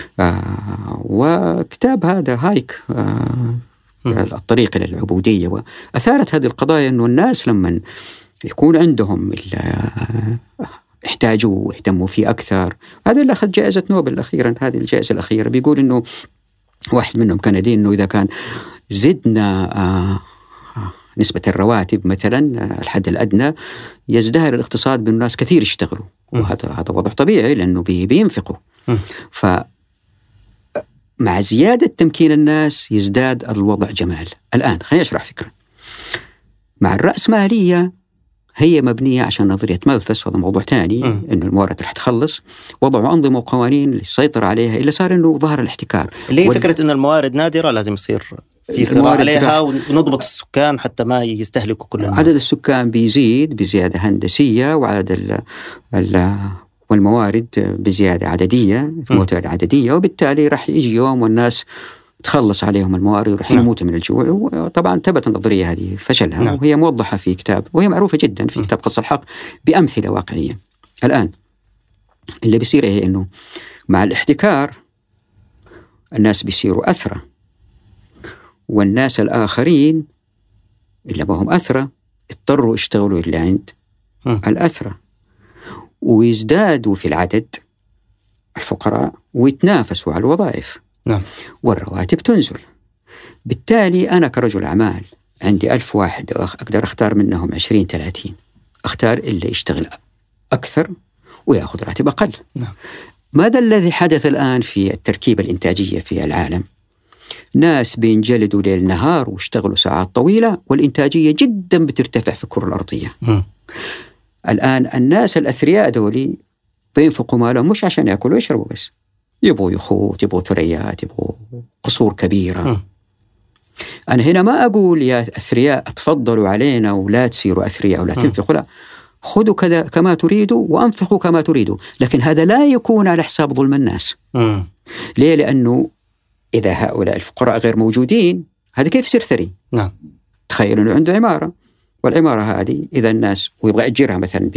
وكتاب هذا هايك الطريق إلى العبودية، وأثارت هذه القضايا إنه الناس لما يكون عندهم احتاجوه واهتموا فيه أكثر. هذا اللي أخذ جائزة نوبل أخيرا، هذه الجائزة الأخيرة، بيقول إنه واحد منهم كندي إنه إذا كان زدنا نسبة الرواتب مثلا الحد الأدنى يزدهر الاقتصاد بالناس كثير يشتغلوا، وهذا وضع طبيعي لأنه بينفقوا. فمع زيادة تمكين الناس يزداد الوضع جمال. الآن خليني أشرح فكرة. مع الرأسمالية هي مبنية عشان نظرية مالثس، وهذا موضوع تاني، إنه الموارد رح تخلص، وضعوا أنظمة وقوانين للسيطرة عليها، إلا صار إنه ظهر الاحتكار، اللي هي فكرة إنه الموارد نادرة لازم يصير في صراع عليها، ونضبط السكان حتى ما يستهلكوا كل الموارد. عدد السكان بيزيد بزيادة هندسية، وعدد والموارد بزيادة عددية، موارد عددية، وبالتالي رح يجي يوم والناس تخلص عليهم الموارد ورح يموتوا من الجوع. وطبعا ثبت النظرية هذه فشلها، وهي موضحة في كتاب، وهي معروفة جدا في كتاب قص الحق بأمثلة واقعية. الآن اللي بيصير هي إنه مع الاحتكار الناس بيصيروا أثرى، والناس الآخرين اللي بهم أثرى اضطروا يشتغلوا اللي عند الأثرى، ويزدادوا في العدد الفقراء ويتنافسوا على الوظائف. والرواتب تنزل. بالتالي أنا كرجل أعمال عندي 1000 واحد أقدر أختار منهم 20-30، أختار اللي يشتغل أكثر ويأخذ راتب أقل. ماذا الذي حدث الآن في التركيبة الإنتاجية في العالم؟ ناس بينجلدوا ليل نهار واشتغلوا ساعات طويلة، والإنتاجية جدا بترتفع في الكرة الأرضية. الآن الناس الأثرياء دولي بينفقوا مالهم مش عشان يأكلوا ويشربوا بس، يبغوا يخوت، يبغوا ثريات، يبغوا قصور كبيرة. أنا هنا ما أقول يا أثرياء تفضلوا علينا ولا تصيروا أثرياء ولا تنفقوا، لا، خذوا كذا كما تريدوا وأنفقوا كما تريدوا، لكن هذا لا يكون على حساب ظلم الناس. ليه؟ لأنه إذا هؤلاء الفقراء غير موجودين هذا كيف يصير ثري؟ تخيل أنه عنده عمارة، والعمارة هذه إذا الناس ويبغى يأجرها مثلا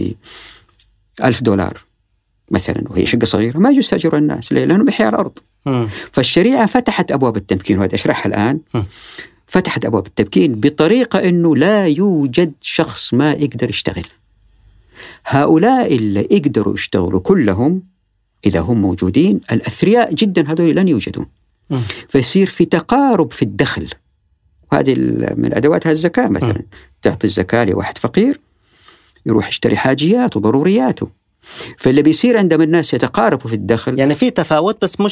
$1000 مثلا وهي شقة صغيرة، ما يجوز تأجر الناس. ليه؟ لأنه بيحيا على الأرض. فالشريعة فتحت أبواب التمكين، وهذا أشرحها الآن. فتحت أبواب التمكين بطريقة أنه لا يوجد شخص ما يقدر يشتغل. هؤلاء اللي يقدروا يشتغلوا كلهم إذا هم موجودين، الأثرياء جدا هذول لن يوجدوا. فيصير في تقارب في الدخل، وهذه من أدواتها الزكاة مثلا. تعطي الزكاة لواحد فقير يروح يشتري حاجيات وضرورياته. فاللي بيصير عندما الناس يتقاربوا في الدخل، يعني في تفاوت بس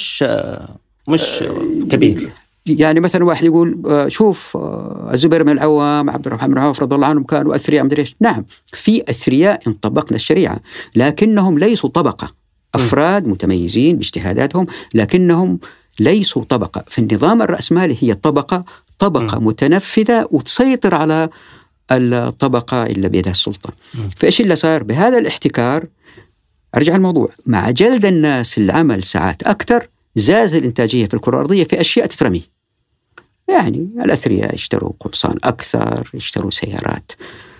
مش كبير. يعني مثلا واحد يقول شوف الزبير بن العوام، عبد الرحمن بن عوف رضي الله عنهم كانوا أثرياء مدري إيش. نعم، في أثرياء إن طبقنا الشريعة، لكنهم ليسوا طبقة، أفراد متميزين باجتهاداتهم، لكنهم ليسوا طبقة. في النظام الرأسمالي هي طبقة متنفذة وتسيطر على الطبقة اللي بيدها السلطة. فإيش اللي صار بهذا الاحتكار؟ أرجع الموضوع، مع جلد الناس العمل ساعات أكثر، زادت الإنتاجية في الكرة الأرضية في أشياء تترمي. يعني الأثرياء يشتروا قمصان أكثر، يشتروا سيارات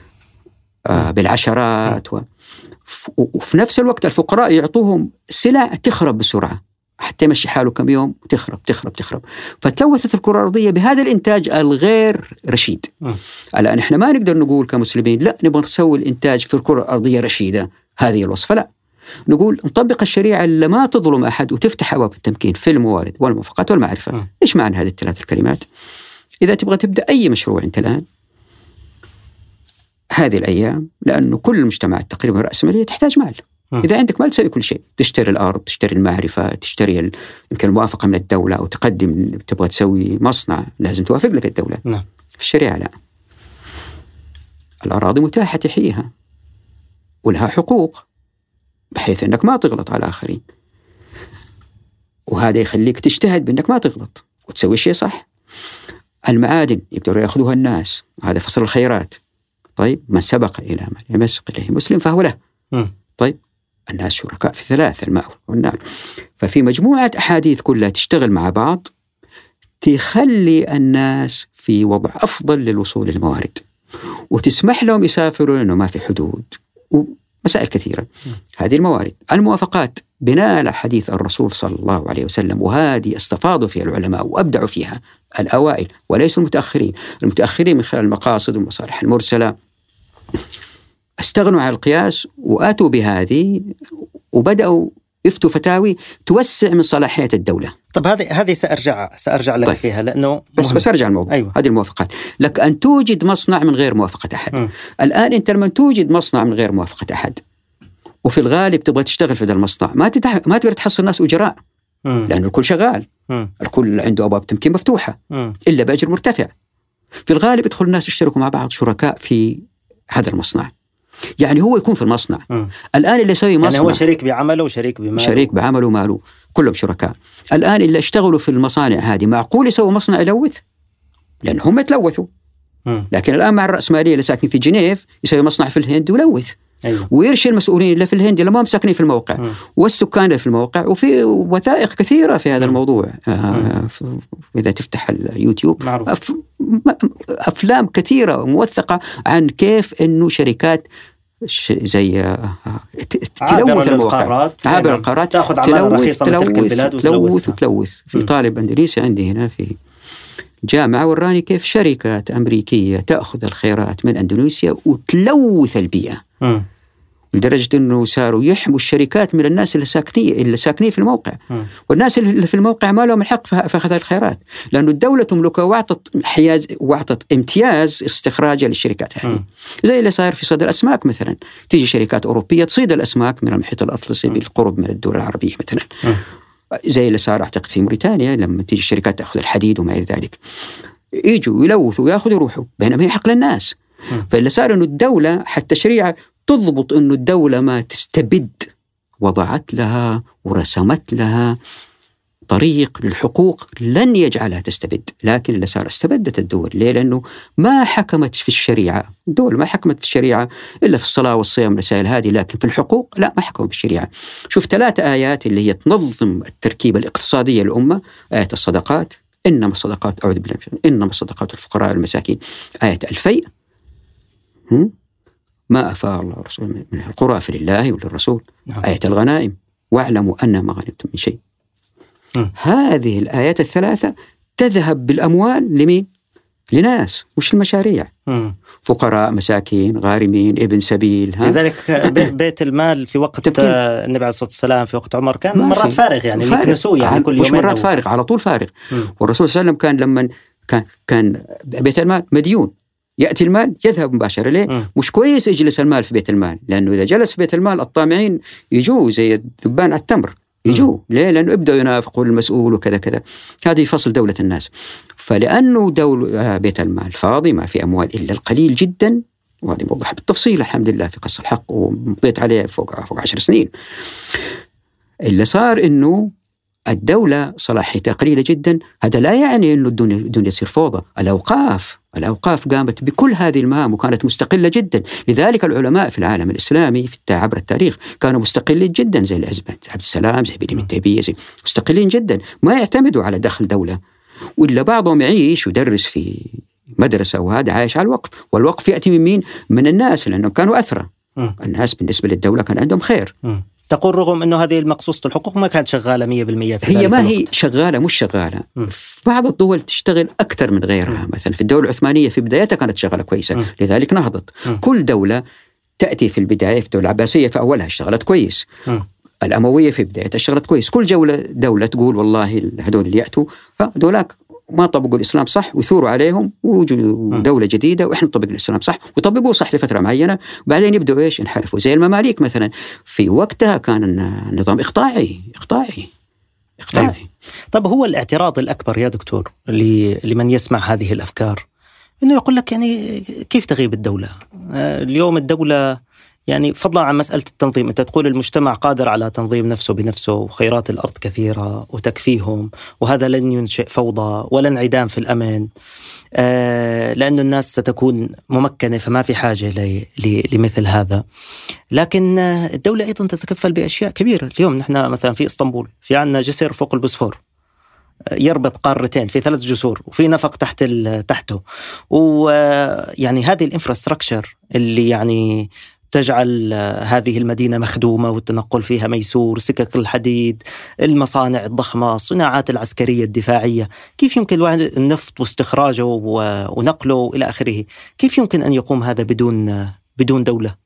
بالعشرات، وفي نفس الوقت الفقراء يعطوهم سلع تخرب بسرعة، حتى يمشي حاله كم يوم تخرب. فتلوثت الكرة الأرضية بهذا الإنتاج الغير رشيد. الآن إحنا ما نقدر نقول كمسلمين لا نبغى نسوي الإنتاج في الكرة الأرضية رشيدة، هذه الوصفة لا. نقول نطبق الشريعة اللي ما تظلم أحد وتفتح أبواب التمكين في الموارد والموافقات والمعرفة. إيش معنى هذه الثلاث الكلمات؟ إذا تبغى تبدأ أي مشروع أنت الآن هذه الأيام، لأنه كل المجتمعات تقريبا رأسمالية تحتاج مال. إذا عندك مال تسوي كل شيء، تشتري الأرض، تشتري المعرفة، تشتري يمكن الموافقة من الدولة، أو تقدم تبغى تسوي مصنع لازم توافق لك الدولة. في الشريعة لا، الأراضي متاحة تحييها ولها حقوق بحيث أنك ما تغلط على الآخرين، وهذا يخليك تجتهد بأنك ما تغلط وتسوي شيء صح. المعادن يقدروا يأخذوها الناس، هذا فصل الخيرات. طيب من سبق إلى من يمسق إليه مسلم فهو له. طيب الناس شركاء في ثلاث، الماء والنار. ففي مجموعة أحاديث كلها تشتغل مع بعض تخلي الناس في وضع أفضل للوصول للموارد، وتسمح لهم يسافروا لأنه ما في حدود ومسائل كثيرة. هذه الموارد، الموافقات بناء على حديث الرسول صلى الله عليه وسلم، وهذه استفاضوا فيها العلماء وأبدعوا فيها الأوائل وليسوا المتأخرين. المتأخرين من خلال المقاصد والمصالح المرسلة استغنوا عن القياس وآتوا بهذه وبدأوا يفتوا فتاوي توسع من صلاحية الدولة. طب هذه سأرجع لك فيها لأنه بس أرجع الموضوع. أيوة. هذه الموافقات لك أن توجد مصنع من غير موافقة أحد. الآن أنت لما توجد مصنع من غير موافقة أحد وفي الغالب تبغى تشتغل في هذا المصنع ما تقدر تحصل ناس أجراء لأنه الكل شغال، الكل عنده أبواب تمكين مفتوحة إلا بأجر مرتفع. في الغالب يدخل الناس يشتركوا مع بعض شركاء في هذا المصنع، يعني هو يكون في المصنع. الآن اللي يسوي مصنع يعني هو شريك بعمله وشريك بماله، شريك بعمله وماله، كلهم شركاء. الآن اللي اشتغلوا في المصانع هذه معقول يسوي مصنع يلوث؟ لأن هم يتلوثوا. لكن الآن مع الرأسمالية اللي ساكنين في جنيف يسوي مصنع في الهند ويلوث. أيوة. ويرشي المسؤولين اللي في الهند اللي ما هم ساكنين في الموقع والسكان اللي في الموقع. وفي وثائق كثيرة في هذا الموضوع. إذا تفتح اليوتيوب أفلام كثيرة موثقة عن كيف إنه شركات زي تلوث الموقع، عابر القارات، تأخذ عمالة رخيصة من تلك البلاد وتلوث. في طالب أندونيسي عندي هنا في جامعة وراني كيف شركات أمريكية تأخذ الخيرات من أندونيسيا وتلوث البيئة لدرجة أنه صاروا يحموا الشركات من الناس اللي ساكنين في الموقع. والناس اللي في الموقع ما لهم الحق في أخذ الخيرات لأنه الدولة تملكها وأعطت امتياز استخراجها للشركات هذه. زي اللي صار في صيد الأسماك مثلا، تيجي شركات أوروبية تصيد الأسماك من المحيط الأطلسي بالقرب من الدول العربية مثلا. زي اللي صار أعتقد في موريتانيا لما تيجي الشركات تأخذ الحديد وما إلى ذلك، يجوا يلوثوا ويأخذوا يروحوا بينما هي حق للناس. فاللي صار إنه الدولة حتى شريعة تضبط إنه الدولة ما تستبد، وضعت لها ورسمت لها طريق للحقوق لن يجعلها تستبد. لكن اللي صار استبدت الدول. ليه؟ لأنه ما حكمت في الشريعة. الدول ما حكمت في الشريعة إلا في الصلاة والصيام والرسائل هذه، لكن في الحقوق لا، ما حكموا بالشريعة. شوف 3 آيات اللي هي تنظم التركيبة الاقتصادية للأمة. آية الصدقات، إنما الصدقات أعوذ بالله إنما الصدقات الفقراء والمساكين. آية الفيء، ما أفاء الله ورسوله من القرى فلله وللرسول. آية الغنائم، واعلموا أن ما غنمتم من شيء. هذه الآيات ال3 تذهب بالأموال لمين؟ لناس، مش المشاريع. فقراء، مساكين، غارمين، ابن سبيل. لذلك بيت المال في وقت النبي عليه الصلاة والسلام في وقت عمر كان مرات فارغ، يعني يكنسوه يعني كل يومين، مش مرات فارغ، على طول فارغ. والرسول صلى الله عليه وسلم كان لما كان بيت المال مديون، يأتي المال يذهب مباشرة. ليه؟ مش كويس يجلس المال في بيت المال، لأنه إذا جلس في بيت المال الطامعين يجوا زي الذبان على التمر يجوا. ليه؟ لأنه يبدأوا ينافقوا المسؤول وكذا كذا. هذه فصل دولة الناس. فلأنه بيت المال فاضي ما في أموال إلا القليل جدا، وهذه موضح بالتفصيل الحمد لله في قصة الحق ومضيت عليه فوق 10 سنين. اللي صار إنه الدولة صلاحيتها قليلة جدا. هذا لا يعني إنه الدنيا تصير فوضى. الأوقاف قامت بكل هذه المهام وكانت مستقلة جدا. لذلك العلماء في العالم الإسلامي عبر التاريخ كانوا مستقلين جدا، زي عبد السلام، زي ابن تيمية، مستقلين جدا، ما يعتمدوا على دخل دولة. وإلا بعضهم يعيش ويدرس في مدرسة وهذا عايش على الوقف، والوقف يأتي من مين؟ من الناس، لأنهم كانوا أثرى. الناس بالنسبة للدولة كان عندهم خير. تقول رغم أنه هذه المقصوصة الحقوق ما كانت شغالة 100% في هي ما هي شغالة، مش شغالة. في بعض الدول تشتغل أكثر من غيرها. مثلا في الدولة العثمانية في بدايتها كانت شغالة كويسة، لذلك نهضت. كل دولة تأتي في البداية، في الدولة العباسية في أولها اشتغلت كويس، الأموية في بدايتها اشتغلت كويس. كل دولة تقول والله هذول اللي يأتوا هذولاك ما طبقوا الإسلام صح ويثوروا عليهم ويجوا دولة جديدة وإحنا نطبق الإسلام صح وطبقوه صح لفترة معينة، وبعدين يبدأوا إيش ينحرفوا. زي المماليك مثلا في وقتها كان النظام إقطاعي. طب هو الاعتراض الأكبر يا دكتور لمن يسمع هذه الأفكار إنه يقول لك يعني كيف تغيب الدولة؟ اليوم الدولة يعني فضلا عن مسألة التنظيم، أنت تقول المجتمع قادر على تنظيم نفسه بنفسه وخيرات الأرض كثيرة وتكفيهم، وهذا لن ينشئ فوضى ولا انعدام في الأمن، لأن الناس ستكون ممكنة فما في حاجة لمثل هذا. لكن الدولة أيضا تتكفل بأشياء كبيرة. اليوم نحن مثلا في إسطنبول في عنا جسر فوق البوسفور يربط قارتين في 3 جسور وفي نفق تحته، ويعني هذه الانفراستراكشر اللي يعني تجعل هذه المدينة مخدومة والتنقل فيها ميسور، سكك الحديد، المصانع الضخمة، الصناعات العسكرية الدفاعية. كيف يمكن الواحد النفط واستخراجه ونقله إلى آخره، كيف يمكن أن يقوم هذا بدون دولة؟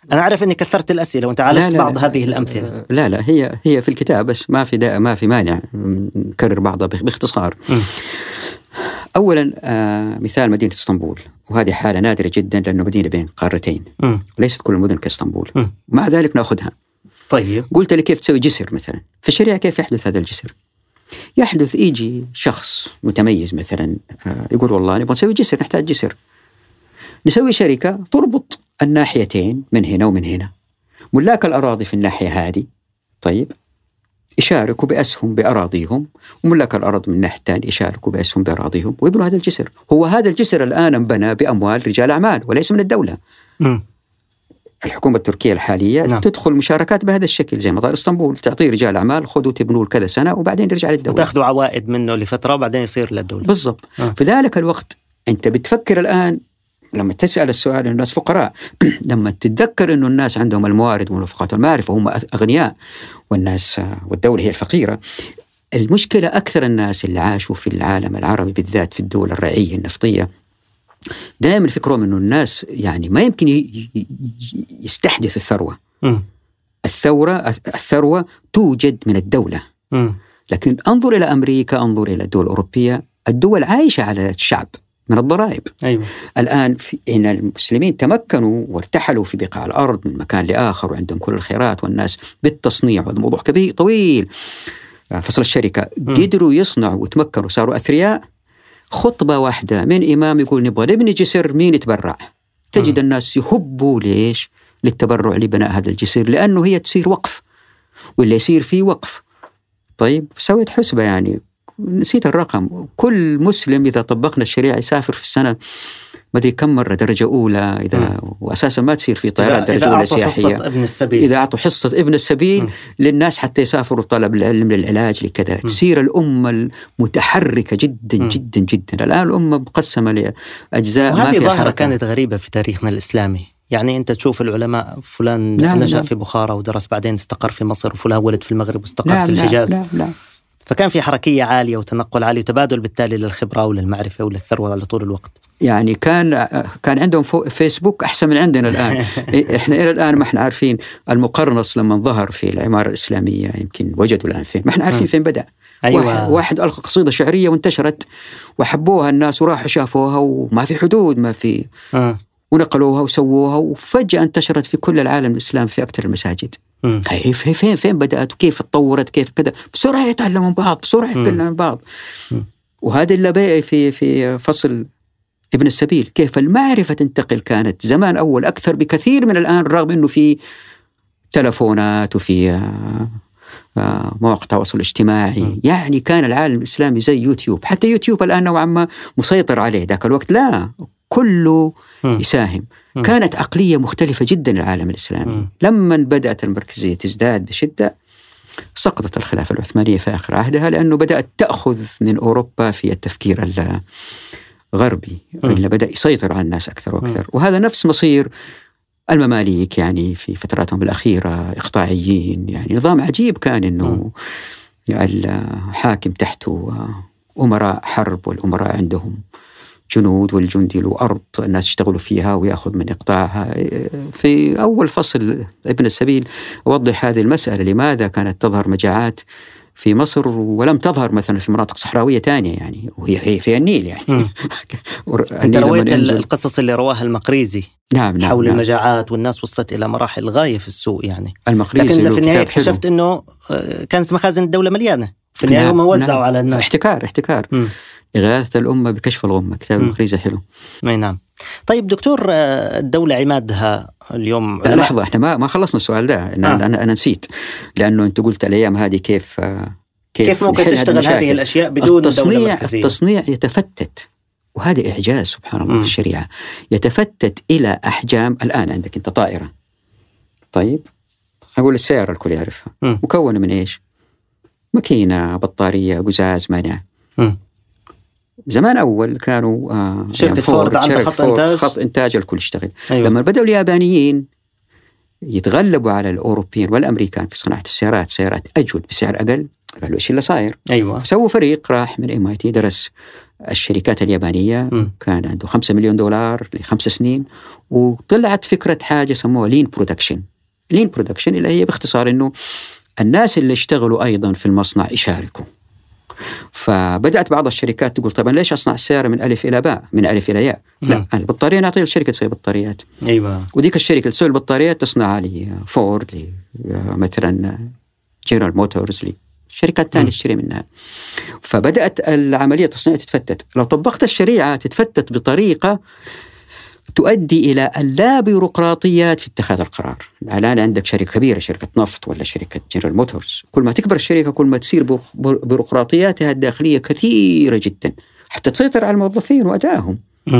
أنا أعرف أني كثرت الأسئلة وأنت عالجت بعض هذه الأمثلة. لا هي في الكتاب، بس ما في مانع نكرر بعضها باختصار. أولا مثال مدينة اسطنبول، وهذه حالة نادرة جدا لأنه مدينة بين قارتين، وليست كل المدن كاسطنبول، مع ذلك نأخذها. طيب قلت لي كيف تسوي جسر مثلا في الشريعة، كيف يحدث هذا الجسر؟ يحدث يجي شخص متميز مثلا يقول والله نبغى نسوي جسر، نحتاج جسر، نسوي شركة تربط الناحيتين من هنا ومن هنا، ملاك الأراضي في الناحية هذه طيب يشاركوا بأسهم بأراضيهم، وملاك الأرض من الناحية الثانية يشاركوا بأسهم بأراضيهم، ويبنوا هذا الجسر. هو هذا الجسر الآن انبنى بأموال رجال أعمال وليس من الدولة. الحكومة التركية الحالية تدخل مشاركات بهذا الشكل زي مطار اسطنبول، تعطيه رجال أعمال خذوا تبنوا كذا سنة وبعدين يرجع للدولة، وتأخذوا عوائد منه لفترة وبعدين يصير للدولة. بالضبط. في ذلك الوقت أنت بتفكر الآن لما تسأل السؤال الناس فقراء لما تتذكر إنه الناس عندهم الموارد والموافقات والمعرفة هم أغنياء، والناس والدولة هي الفقيرة. المشكلة أكثر الناس اللي عاشوا في العالم العربي بالذات في الدول الرعية النفطية دائما فكرهم إنه الناس يعني ما يمكن يستحدث الثروة. الثروة توجد من الدولة. لكن انظر إلى أمريكا، انظر إلى الدول الأوروبية، الدول عايشة على الشعب من الضرائب. أيوة. الآن إن المسلمين تمكنوا وارتحلوا في بقاع الأرض من مكان لآخر وعندهم كل الخيرات والناس بالتصنيع، وهذا موضوع كبير طويل. فصل الشركة قدروا يصنعوا وتمكنوا صاروا أثرياء. خطبة واحدة من إمام يقول نبغى نبني جسر، مين يتبرع؟ تجد الناس يهبوا ليش؟ للتبرع لبناء هذا الجسر، لأنه هي تصير وقف واللي يصير فيه وقف. طيب سويت حسبة يعني نسيت الرقم، كل مسلم إذا طبقنا الشريعة يسافر في السنة ما أدري كم مرة درجة أولى إذا وأساسا ما تصير في طيارات درجة أولى سياحية. إذا أعطوا حصة ابن السبيل للناس حتى يسافروا طلب العلم للعلاج لكذا، تصير الأمة المتحركة جدا جدا جدا. الآن الأمة مقسمة لأجزاء. وهذه ظاهرة كانت غريبة في تاريخنا الإسلامي. يعني أنت تشوف العلماء فلان نشأ في بخارى ودرس بعدين استقر في مصر، وفلان ولد في المغرب واستقر في الحجاز. فكان في حركية عالية وتنقل عالي وتبادل بالتالي للخبرة وللمعرفة وللثروة على طول الوقت. يعني كان عندهم فيسبوك أحسن من عندنا الآن. إحنا إلى الآن ما إحنا عارفين المقرنص لما ظهر في العمارة الإسلامية يمكن وجدوا الآن فين، ما إحنا عارفين فين بدأ. أيوة. واحد ألقى قصيدة شعرية وانتشرت وحبوها الناس وراحوا شافوها وما في حدود ما في ونقلوها وسووها، وفجأة انتشرت في كل العالم الإسلامي في أكثر المساجد. هي فين بدأت وكيف تطورت كيف كذا، بسرعة يتعلموا من بعض، بسرعة يتكلموا من بعض. وهذا اللي بقى في فصل ابن السبيل، كيف المعرفة تنتقل. كانت زمان أول أكثر بكثير من الآن، رغم أنه في تلفونات وفي مواقع التواصل الاجتماعي. يعني كان العالم الإسلامي زي يوتيوب، حتى يوتيوب الآن نوعا ما مسيطر عليه، ذاك الوقت لا، كله يساهم. كانت عقلية مختلفة جدا العالم الإسلامي. لما بدأت المركزية تزداد بشدة سقطت الخلافة العثمانية في آخر عهدها، لأنه بدأت تأخذ من أوروبا في التفكير الغربي اللي بدأ يسيطر على الناس أكثر وأكثر. وهذا نفس مصير المماليك يعني في فتراتهم الأخيرة، إقطاعيين. يعني نظام عجيب كان، إنه الحاكم تحته أمراء حرب، والأمراء عندهم جنود، والجندي له أرض الناس يشتغلوا فيها ويأخذ من إقطاعها. في أول فصل ابن السبيل أوضح هذه المسألة، لماذا كانت تظهر مجاعات في مصر ولم تظهر مثلا في مناطق صحراوية تانية، يعني وهي في النيل يعني. أنت رويت القصص اللي رواها المقريزي. نعم حول المجاعات، والناس وصلت إلى مراحل غاية في السوء يعني. المقريزي لكن في النهاية اكتشفت أنه كانت مخازن الدولة مليانة في النهاية، هم وزعوا على الناس. احتكار. إغاثة الأمة بكشف الغمة، كتاب المقريزي حلو. نعم. طيب دكتور، الدولة عمادها اليوم. لا لحظة، احنا ما خلصنا السؤال ده. أنا نسيت، لأنه أنت قلت الأيام هذه كيف ممكن تشتغل هذه الأشياء بدون دولة مركزية. التصنيع يتفتت، وهذا إعجاز سبحان الله في الشريعة. يتفتت إلى أحجام. الآن عندك أنت طائرة، طيب أقول السيارة الكل يعرفها، مكونة من إيش؟ ماكينة، بطارية، قزاز، مانع. زمان أول كانوا شركة فورد عندها خط إنتاج الكل يشتغل. أيوة. لما بدأوا اليابانيين يتغلبوا على الأوروبيين والأمريكان في صناعة السيارات، سيارات أجود بسعر أقل، قالوا إيش اللي صاير؟ أيوة. سووا فريق راح من MIT درس الشركات اليابانية كان عنده $5 مليون ل5 سنين، وطلعت فكرة حاجة سموها لين برودكشن. لين برودكشن اللي هي باختصار إنه الناس اللي اشتغلوا أيضا في المصنع يشاركوا. فبدأت بعض الشركات تقول طبعا ليش أصنع السيارة من ألف إلى باء، من ألف إلى ياء؟ لا، البطارية نعطيها لشركة تسوي بطاريات. أيوة. وديك الشركة تسوي البطاريات تصنعها لي فورد، مثلا جنرال موتورز، لي شركات تانية تشتري منها. فبدأت العملية التصنيع تتفتت. لو طبقت الشريعة تتفتت بطريقة تؤدي إلى اللا بيروقراطيات في اتخاذ القرار. الآن عندك شركة كبيرة، شركة نفط ولا شركة جنرال موتورز، كل ما تكبر الشركة كل ما تصير بيروقراطياتها الداخلية كثيرة جدا حتى تسيطر على الموظفين وأدائهم.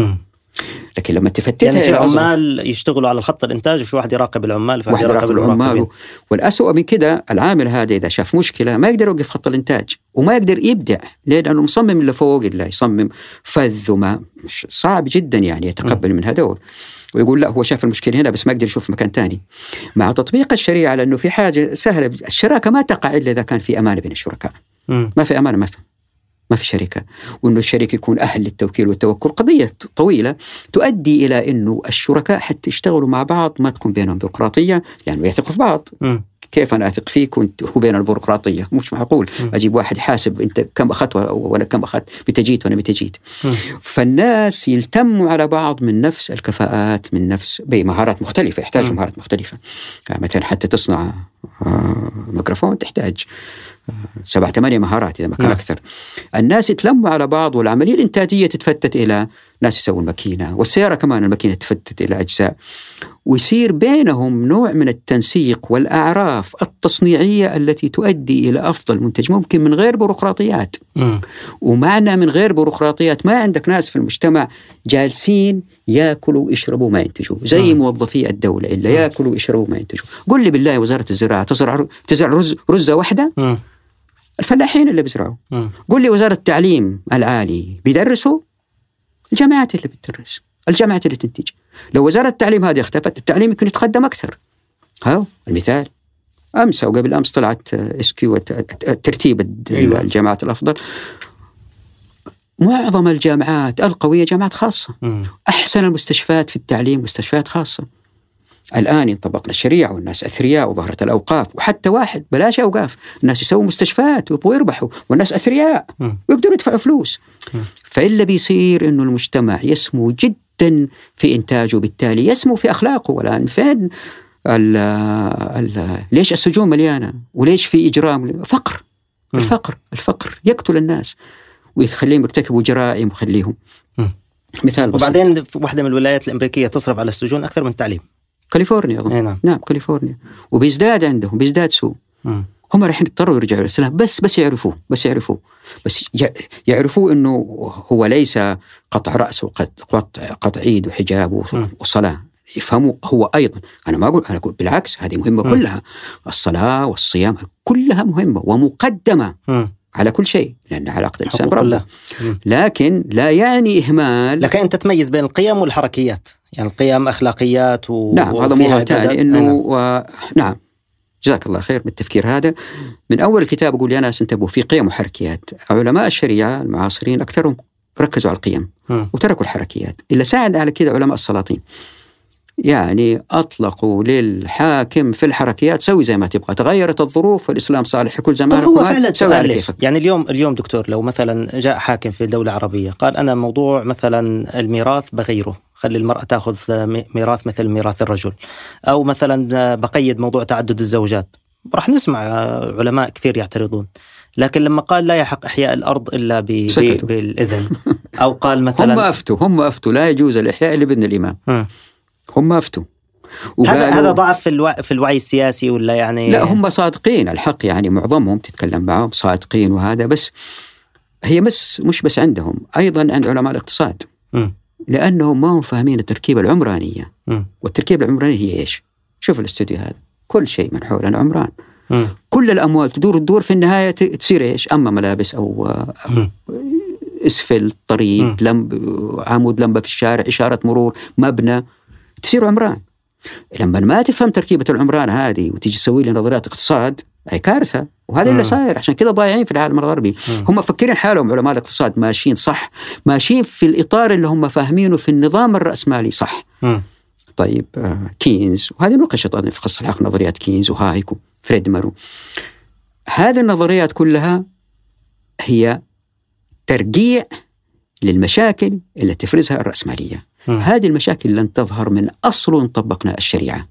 لكن لما تفتتها يعني في عمال يشتغلوا على الخط الإنتاج، وفي واحد يراقب العمال، واحد يراقب العمال. والأسوأ من كده العامل هذا إذا شاف مشكلة ما يقدر يوقف خط الإنتاج وما يقدر يبدع، لأنه مصمم اللي فوق اللي يصمم فذ، وما مش صعب جدا يعني يتقبل من هذول، ويقول لا هو شاف المشكلة هنا بس ما يقدر يشوف مكان تاني. مع تطبيق الشريعة لأنه في حاجة سهلة، الشراكة ما تقع إلا إذا كان في أمانة بين الشركاء. ما في أمانة ما في شركة. وإنه الشريك يكون أهل للتوكيل والتوكل قضية طويلة تؤدي إلى إنه الشركاء حتى يشتغلوا مع بعض ما تكون بينهم بيروقراطية، يعني يثقوا في بعض. كيف أنا أثق فيك وأنت هو بين البيروقراطية؟ مش معقول أجيب واحد حاسب أنت كم أخذت ولا كم أخذت، متى جيت وأنا متى جيت. فالناس يلتموا على بعض من نفس الكفاءات، من نفس بمهارات مختلفة، يحتاجوا مهارات مختلفة. مثلا حتى تصنع ميكروفون تحتاج 7-8 مهارات إذا ما كان أكثر. الناس يتلموا على بعض، والعملية الإنتاجية تتفتت إلى ناس يسووا الماكينة، والسيارة كمان الماكينة تتفتت إلى أجزاء، ويصير بينهم نوع من التنسيق والأعراف التصنيعية التي تؤدي إلى أفضل منتج ممكن من غير بيروقراطيات. ومعنى من غير بيروقراطيات، ما عندك ناس في المجتمع جالسين يأكلوا ويشربوا ما ينتجوا زي موظفي الدولة اللي يأكلوا ويشربوا ما ينتجوا. قل لي بالله وزارة الزراعة تزرع رزة واحدة؟ الفلاحين اللي بيزرعوا. قل لي وزارة التعليم العالي بيدرسوا؟ الجامعات اللي بتدرس، الجامعات اللي تنتج. لو وزارة التعليم هذه اختفت التعليم يمكن يتقدم أكثر. ها المثال أمس أو قبل أمس طلعت SQ ترتيب الجامعات الأفضل. معظم الجامعات القوية جامعات خاصة. أحسن المستشفيات في التعليم مستشفيات خاصة. الآن انطبقنا الشريعة والناس أثرياء وظهرت الأوقاف، وحتى واحد بلاش أوقاف، الناس يسووا مستشفيات ويبغوا يربحوا، والناس أثرياء ويقدروا يدفعوا فلوس. فإلا بيصير إنه المجتمع يسمو جدا في إنتاجه، بالتالي يسمو في أخلاقه. والآن فين ليش السجون مليانة؟ وليش في إجرام؟ فقر. الفقر يقتل الناس ويخليهم يرتكبوا جرائم ويخليهم مثال بسيط. وبعدين واحدة من الولايات الأمريكية تصرف على السجون أكثر من التعليم، كاليفورنيا أظن. نعم كاليفورنيا. وبيزداد عندهم، بيزداد سوء. هم راح يضطروا يرجعوا للسلام بس يعرفوا إنه هو ليس قطع رأس وقطع عيد وحجاب وصلاة. يفهموا هو أيضا، أنا أقول بالعكس، هذه مهمة كلها. الصلاة والصيام كلها مهمة ومقدمة على كل شيء، لأن علاقة الإنسان بربه. لكن لا يعني إهمال. لكن أنت تميز بين القيم والحركيات، يعني القيم أخلاقيات نعم هذا موضوع ثاني. إنه نعم جزاك الله خير بالتفكير هذا. من أول الكتاب أقول يا ناس انتبهوا في قيم وحركيات. علماء الشريعة المعاصرين أكثرهم ركزوا على القيم وتركوا الحركيات. إلا ساعد على كده علماء السلاطين، يعني أطلقوا للحاكم في الحركيات سوي زي ما تبغى، تغيرت الظروف والإسلام صالح كل زمان. هو فعلا سوي على كيفك. يعني اليوم دكتور، لو مثلا جاء حاكم في دولة عربية قال أنا موضوع مثلا الميراث بغيره، خلي المرأة تأخذ ميراث مثل ميراث الرجل، أو مثلا بقيد موضوع تعدد الزوجات، راح نسمع علماء كثير يعترضون. لكن لما قال لا يحق إحياء الأرض إلا بالإذن، أو قال مثلا هم أفتوا لا يجوز الإحياء إلا بإذن الإمام. هم أفتوا. هذا ضعف في الوعي السياسي ولا يعني؟ لا هم صادقين الحق، يعني معظمهم تتكلم معهم صادقين، وهذا بس هي مش بس عندهم، أيضا عند علماء الاقتصاد. لأنهم ما هم فاهمين التركيبة العمرانية. والتركيبة العمرانية هي إيش؟ شوف الاستوديو هذا كل شيء من حول العمران. كل الأموال تدور في النهاية تصير إيش؟ أما ملابس أو اسفل طريق، عمود لمبة في الشارع، إشارة مرور، مبنى، تصير عمران. لما ما تفهم تركيبة العمران هذه وتيجي تسوي لي نظريات اقتصاد، هي كارثة. وهذا اللي صاير. عشان كده ضايعين في العالم الغربي. هم مفكرين حالهم علماء الاقتصاد ماشيين صح، ماشيين في الإطار اللي هم فاهمينه في النظام الرأسمالي صح. طيب كينز، وهذه نقشت في قصة الحق، نظريات كينز وهايك وفريدمر، هذه النظريات كلها هي ترجيع للمشاكل اللي تفرزها الرأسمالية. هذه المشاكل لن تظهر من أصل طبقنا الشريعة.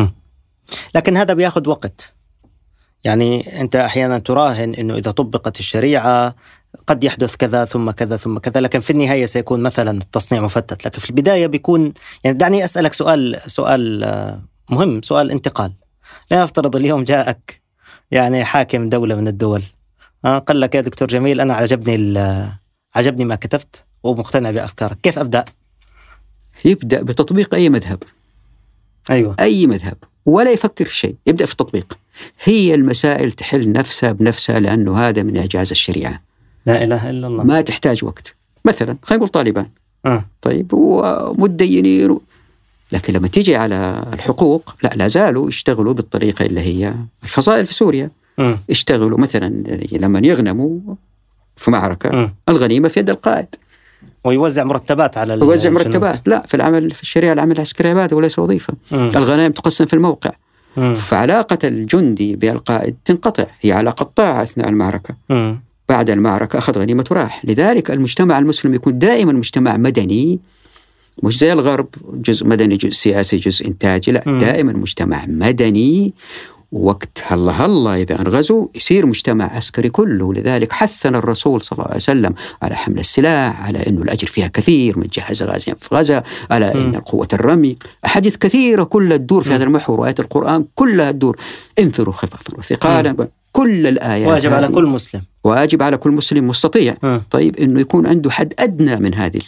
لكن هذا بياخد وقت. يعني أنت أحيانا تراهن أنه إذا طبقت الشريعة قد يحدث كذا ثم كذا ثم كذا، لكن في النهاية سيكون مثلا التصنيع مفتت. لكن في البداية بيكون، يعني دعني أسألك سؤال مهم، سؤال انتقال. لا أفترض اليوم جاءك يعني حاكم دولة من الدول قال لك يا دكتور جميل أنا عجبني ما كتبت ومقتنع بأفكارك، كيف أبدأ؟ يبدأ بتطبيق أي مذهب. أيوة. أي مذهب، ولا يفكر في شيء، يبدأ في التطبيق. هي المسائل تحل نفسها بنفسها، لأنه هذا من إعجاز الشريعة. لا إله إلا الله. ما تحتاج وقت. مثلا خلينا نقول طالبان طيب ومتدينين، لكن لما تيجي على الحقوق لا زالوا يشتغلوا بالطريقة اللي هي الفصائل في سوريا. يشتغلوا مثلا لما يغنموا في معركة الغنيمة في يد القائد، ويوزع مرتبات على يوزع مرتبات. لا، في العمل في الشريعة العمل العسكري عبادة وليس وظيفة. الغنائم تقسم في الموقع. فعلاقة الجندي بالقائد تنقطع، هي علاقة طاعة أثناء المعركة. بعد المعركة أخذ غنيمة وراح. لذلك المجتمع المسلم يكون دائما مجتمع مدني، مش زي الغرب جزء مدني جزء سياسي جزء إنتاجي. لا، دائما مجتمع مدني. وقت هلا إذا أنغزوا يصير مجتمع عسكري كله. لذلك حثنا الرسول صلى الله عليه وسلم على حمل السلاح، على أنه الأجر فيها كثير، من جهز غازيا في غزة، على أن قوة الرمي. أحاديث كثيرة كلها تدور في هذا المحور، وآيات القرآن كلها تدور انفروا خفافا وثقالا. كل الآيات واجب على كل مسلم، واجب على كل مسلم مستطيع طيب أنه يكون عنده حد أدنى من هذه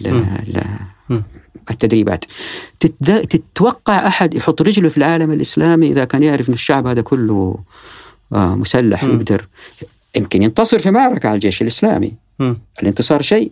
التدريبات. تتوقع أحد يحط رجله في العالم الإسلامي إذا كان يعرف أن الشعب هذا كله مسلح ويقدر يمكن ينتصر في معركة على الجيش الإسلامي؟ الانتصار شيء،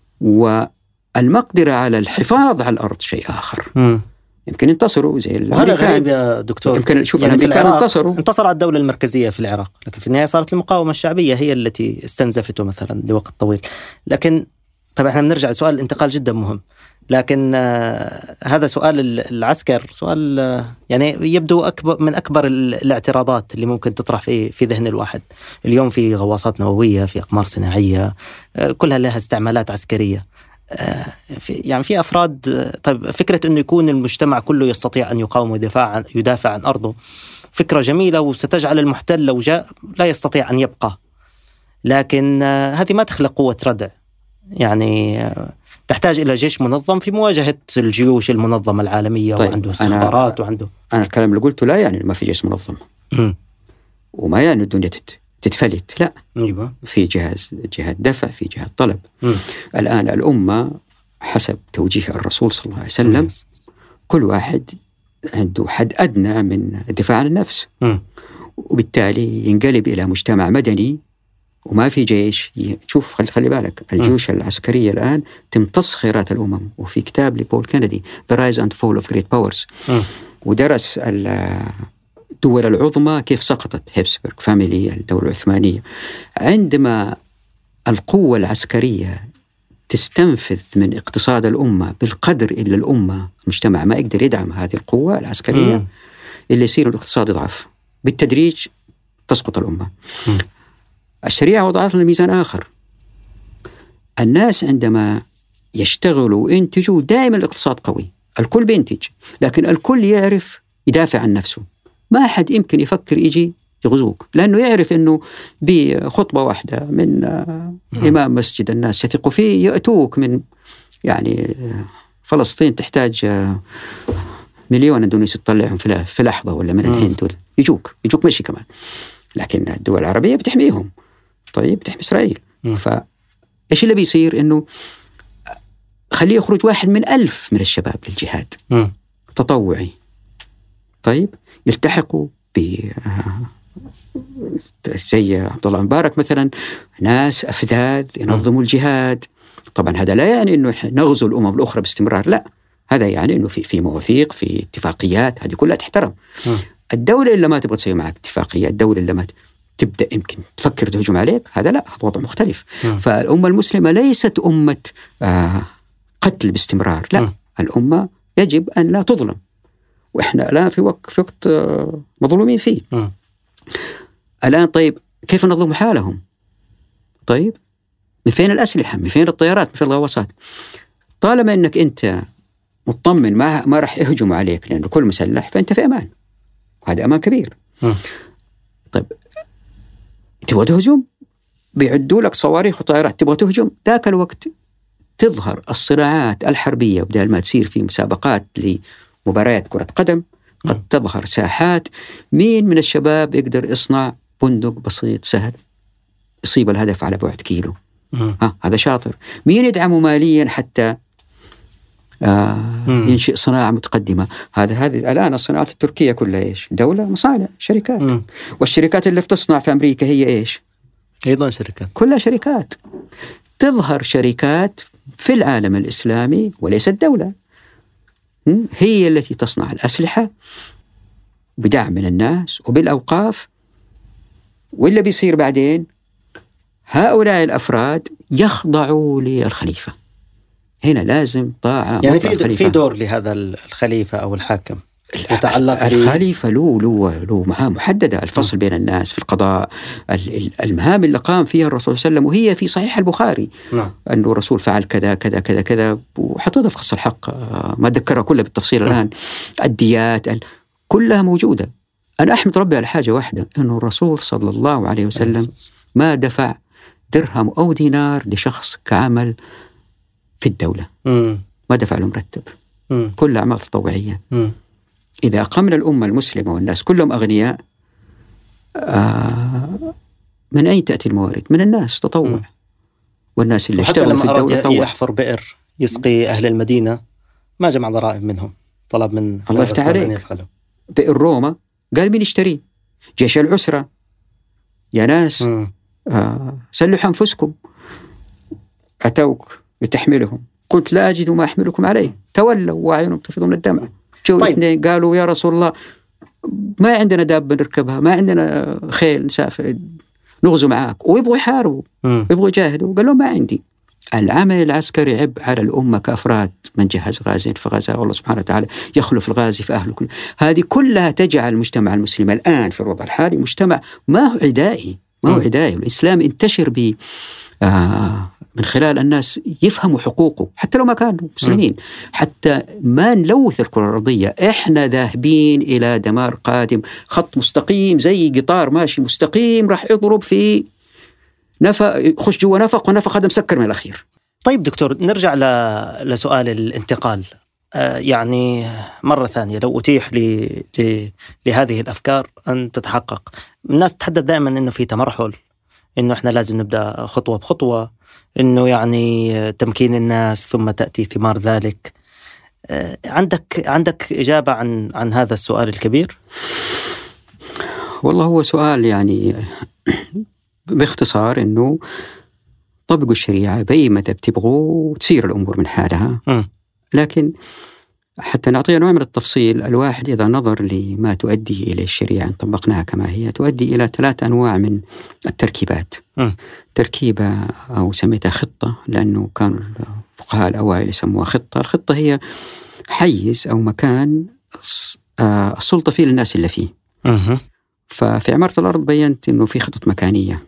والمقدرة على الحفاظ على الأرض شيء آخر. يمكن ينتصروا زي الأمريكان. هذا غريب يا دكتور. يمكن شوف يعني الأمريكان انتصر على الدولة المركزية في العراق، لكن في النهاية صارت المقاومة الشعبية هي التي استنزفته مثلا لوقت طويل. لكن طبعا احنا بنرجع لسؤال الانتقال جدا مهم، لكن هذا سؤال العسكر سؤال يعني يبدو من أكبر الاعتراضات اللي ممكن تطرح في ذهن الواحد. اليوم في غواصات نووية، في أقمار صناعية، كلها لها استعمالات عسكرية. يعني في أفراد، طيب فكرة أنه يكون المجتمع كله يستطيع أن يقاوم ويدافع عن أرضه فكرة جميلة، وستجعل المحتل لو جاء لا يستطيع أن يبقى. لكن هذه ما تخلق قوة ردع. يعني تحتاج إلى جيش منظم في مواجهة الجيوش المنظمة العالمية. طيب وعنده استخبارات وعنده. أنا الكلام اللي قلته لا يعني ما في جيش منظم وما يعني الدنيا تتفلت. لا، في جهات دفع، في جهات طلب. الآن الأمة حسب توجيه الرسول صلى الله عليه وسلم كل واحد عنده حد أدنى من الدفاع عن النفس، وبالتالي ينقلب إلى مجتمع مدني وما في جيش. شوف خلي بالك الجيوش العسكرية الآن تمتص خيرات الأمم. وفي كتاب لبول كينيدي The Rise and Fall of Great Powers ودرس الدول العظمى كيف سقطت، هيبسبرغ فاميلي، الدولة العثمانية. عندما القوة العسكرية تستنفذ من اقتصاد الأمة بالقدر اللي الأمة المجتمع ما يقدر يدعم هذه القوة العسكرية، اللي يصير الاقتصاد يضعف بالتدريج، تسقط الأمة. الشريعة وضعت لنا ميزان آخر. الناس عندما يشتغلوا وينتجوا دائما الاقتصاد قوي، الكل بينتج، لكن الكل يعرف يدافع عن نفسه. ما أحد يمكن يفكر يجي يغزوك، لأنه يعرف أنه بخطبة واحدة من إمام مسجد الناس يثق فيه يأتوك من يعني فلسطين تحتاج مليون اندونيسي تطلعهم في لحظة، ولا من الهند يجوك مشي كمان. لكن الدول العربية بتحميهم. طيب بتحمي إسرائيل. فإيش اللي بيصير؟ إنه خليه يخرج 1 من 1000 من الشباب للجهاد تطوعي. طيب يلتحقوا زي عبد الله مبارك مثلا، ناس أفذاذ ينظموا الجهاد. طبعا هذا لا يعني إنه نغزو الأمم الأخرى باستمرار، لا، هذا يعني إنه في مواثيق، في اتفاقيات، هذه كلها تحترم. الدولة اللي ما تبغى تسوي معك اتفاقية، الدولة اللي ما تبدأ يمكن تفكر تهجم عليك، هذا لا، هذا وضع مختلف. فالأمة المسلمة ليست أمة قتل باستمرار، لا. الأمة يجب أن لا تظلم، وإحنا الآن في وقت مظلومين فيه. الآن طيب كيف نظلم حالهم؟ طيب من فين الأسلحة؟ من فين الطيارات؟ من فين الغواصات؟ طالما أنك أنت مطمن ما راح يهجموا عليك لأنه كل مسلح، فأنت في أمان، وهذا أمان كبير. طيب تبغى تهجم، بيعدوا لك صواريخ وطائرات، تبغى تهجم، ذاك الوقت تظهر الصراعات الحربية، بدل ما تصير في مسابقات لمباريات كرة قدم قد تظهر ساحات مين من الشباب يقدر يصنع بندق بسيط سهل يصيب الهدف على بعد كيلو. هذا شاطر. مين يدعمه ماليا حتى ينشئ صناعة متقدمة؟ هذه الآن الصناعات التركية كلها إيش؟ دولة، مصانع، شركات. والشركات اللي بتصنع في أمريكا هي إيش؟ أيضا شركات، كلها شركات. تظهر شركات في العالم الإسلامي وليست دولة، هي التي تصنع الأسلحة بدعم من الناس وبالأوقاف. واللي بيصير بعدين هؤلاء الأفراد يخضعوا للخليفة. هنا لازم طاعة، يعني في دور لهذا الخليفة أو الحاكم يتعلق الخليفة له مهام محددة. الفصل بين الناس في القضاء، المهام اللي قام فيها الرسول صلى الله عليه وسلم، وهي في صحيح البخاري. أنه الرسول فعل كذا كذا كذا كذا، وحطوها في قصة الحق، ما أذكرها كلها بالتفصيل الآن. الديات كلها موجودة. أنا أحمد ربي على حاجة واحدة، أنه الرسول صلى الله عليه وسلم ما دفع درهم أو دينار لشخص كعمل في الدولة، ما دفع له مرتب، كل أعمال تطوعية. إذا أقمنا الأمة المسلمة والناس كلهم أغنياء، من أين تأتي الموارد؟ من الناس، تطوع. والناس اللي اشتغلوا في الدولة طوع. يحفر بئر يسقي أهل المدينة، ما جمع ضرائب منهم، طلب من الله يفتح عليك. بئر روما قال مين يشتري؟ جيش العسرة. يا ناس سلحوا أنفسكم، أتوك لتحملهم، قلت لا أجد ما أحملكم عليه، تولوا وأعينهم تفيض من الدمع. اثنين قالوا يا رسول الله ما عندنا دابة نركبها، ما عندنا خيل نسافر نغزو معاك، ويبغوا يحاربوا ويبغوا يجاهدوا، قالوا ما عندي. العمل العسكري عبء على الأمة كأفراد. من جهز غازين فغزا، والله سبحانه وتعالى يخلف الغازي في أهله. هذه كلها تجعل المجتمع المسلم الآن في الوضع الحالي مجتمع ما هو عدائي، ما هو عدائي. الإسلام انتشر من خلال الناس يفهموا حقوقه حتى لو ما كانوا مسلمين، حتى ما نلوث الكرة الأرضية. إحنا ذاهبين إلى دمار قادم، خط مستقيم زي قطار ماشي مستقيم راح يضرب في نفق، يخش جوا نفق، ونفق هذا مسكر من الأخير. طيب دكتور، نرجع لسؤال الانتقال. يعني مرة ثانية، لو أتيح لهذه الأفكار أن تتحقق، الناس تتحدث دائما أنه في تمرحل، إنه إحنا لازم نبدأ خطوة بخطوة، إنه يعني تمكين الناس ثم تأتي ثمار ذلك. عندك إجابة عن هذا السؤال الكبير؟ والله هو سؤال يعني باختصار إنه طبقوا الشريعة بأي مذهب تبغوا وتصير الأمور من حالها. لكن حتى نعطيها نوع من التفصيل، الواحد إذا نظر لما تؤدي إلى الشريعة طبقناها كما هي، تؤدي إلى 3 أنواع من التركيبات. تركيبة أو سميتها خطة، لأنه كانوا الفقهاء الأوائل يسموها خطة. الخطة هي حيز أو مكان السلطة فيه للناس اللي فيه. ففي عمارة الأرض بينت أنه في خطط مكانية.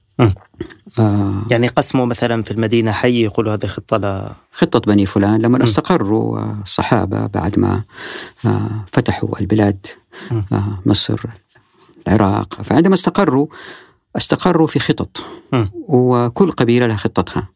يعني قسموا مثلا في المدينة حي، يقولوا هذه خطة بني فلان. لما استقروا الصحابة بعد ما فتحوا البلاد، مصر، العراق، فعندما استقروا في خطط، وكل قبيلة لها خطتها،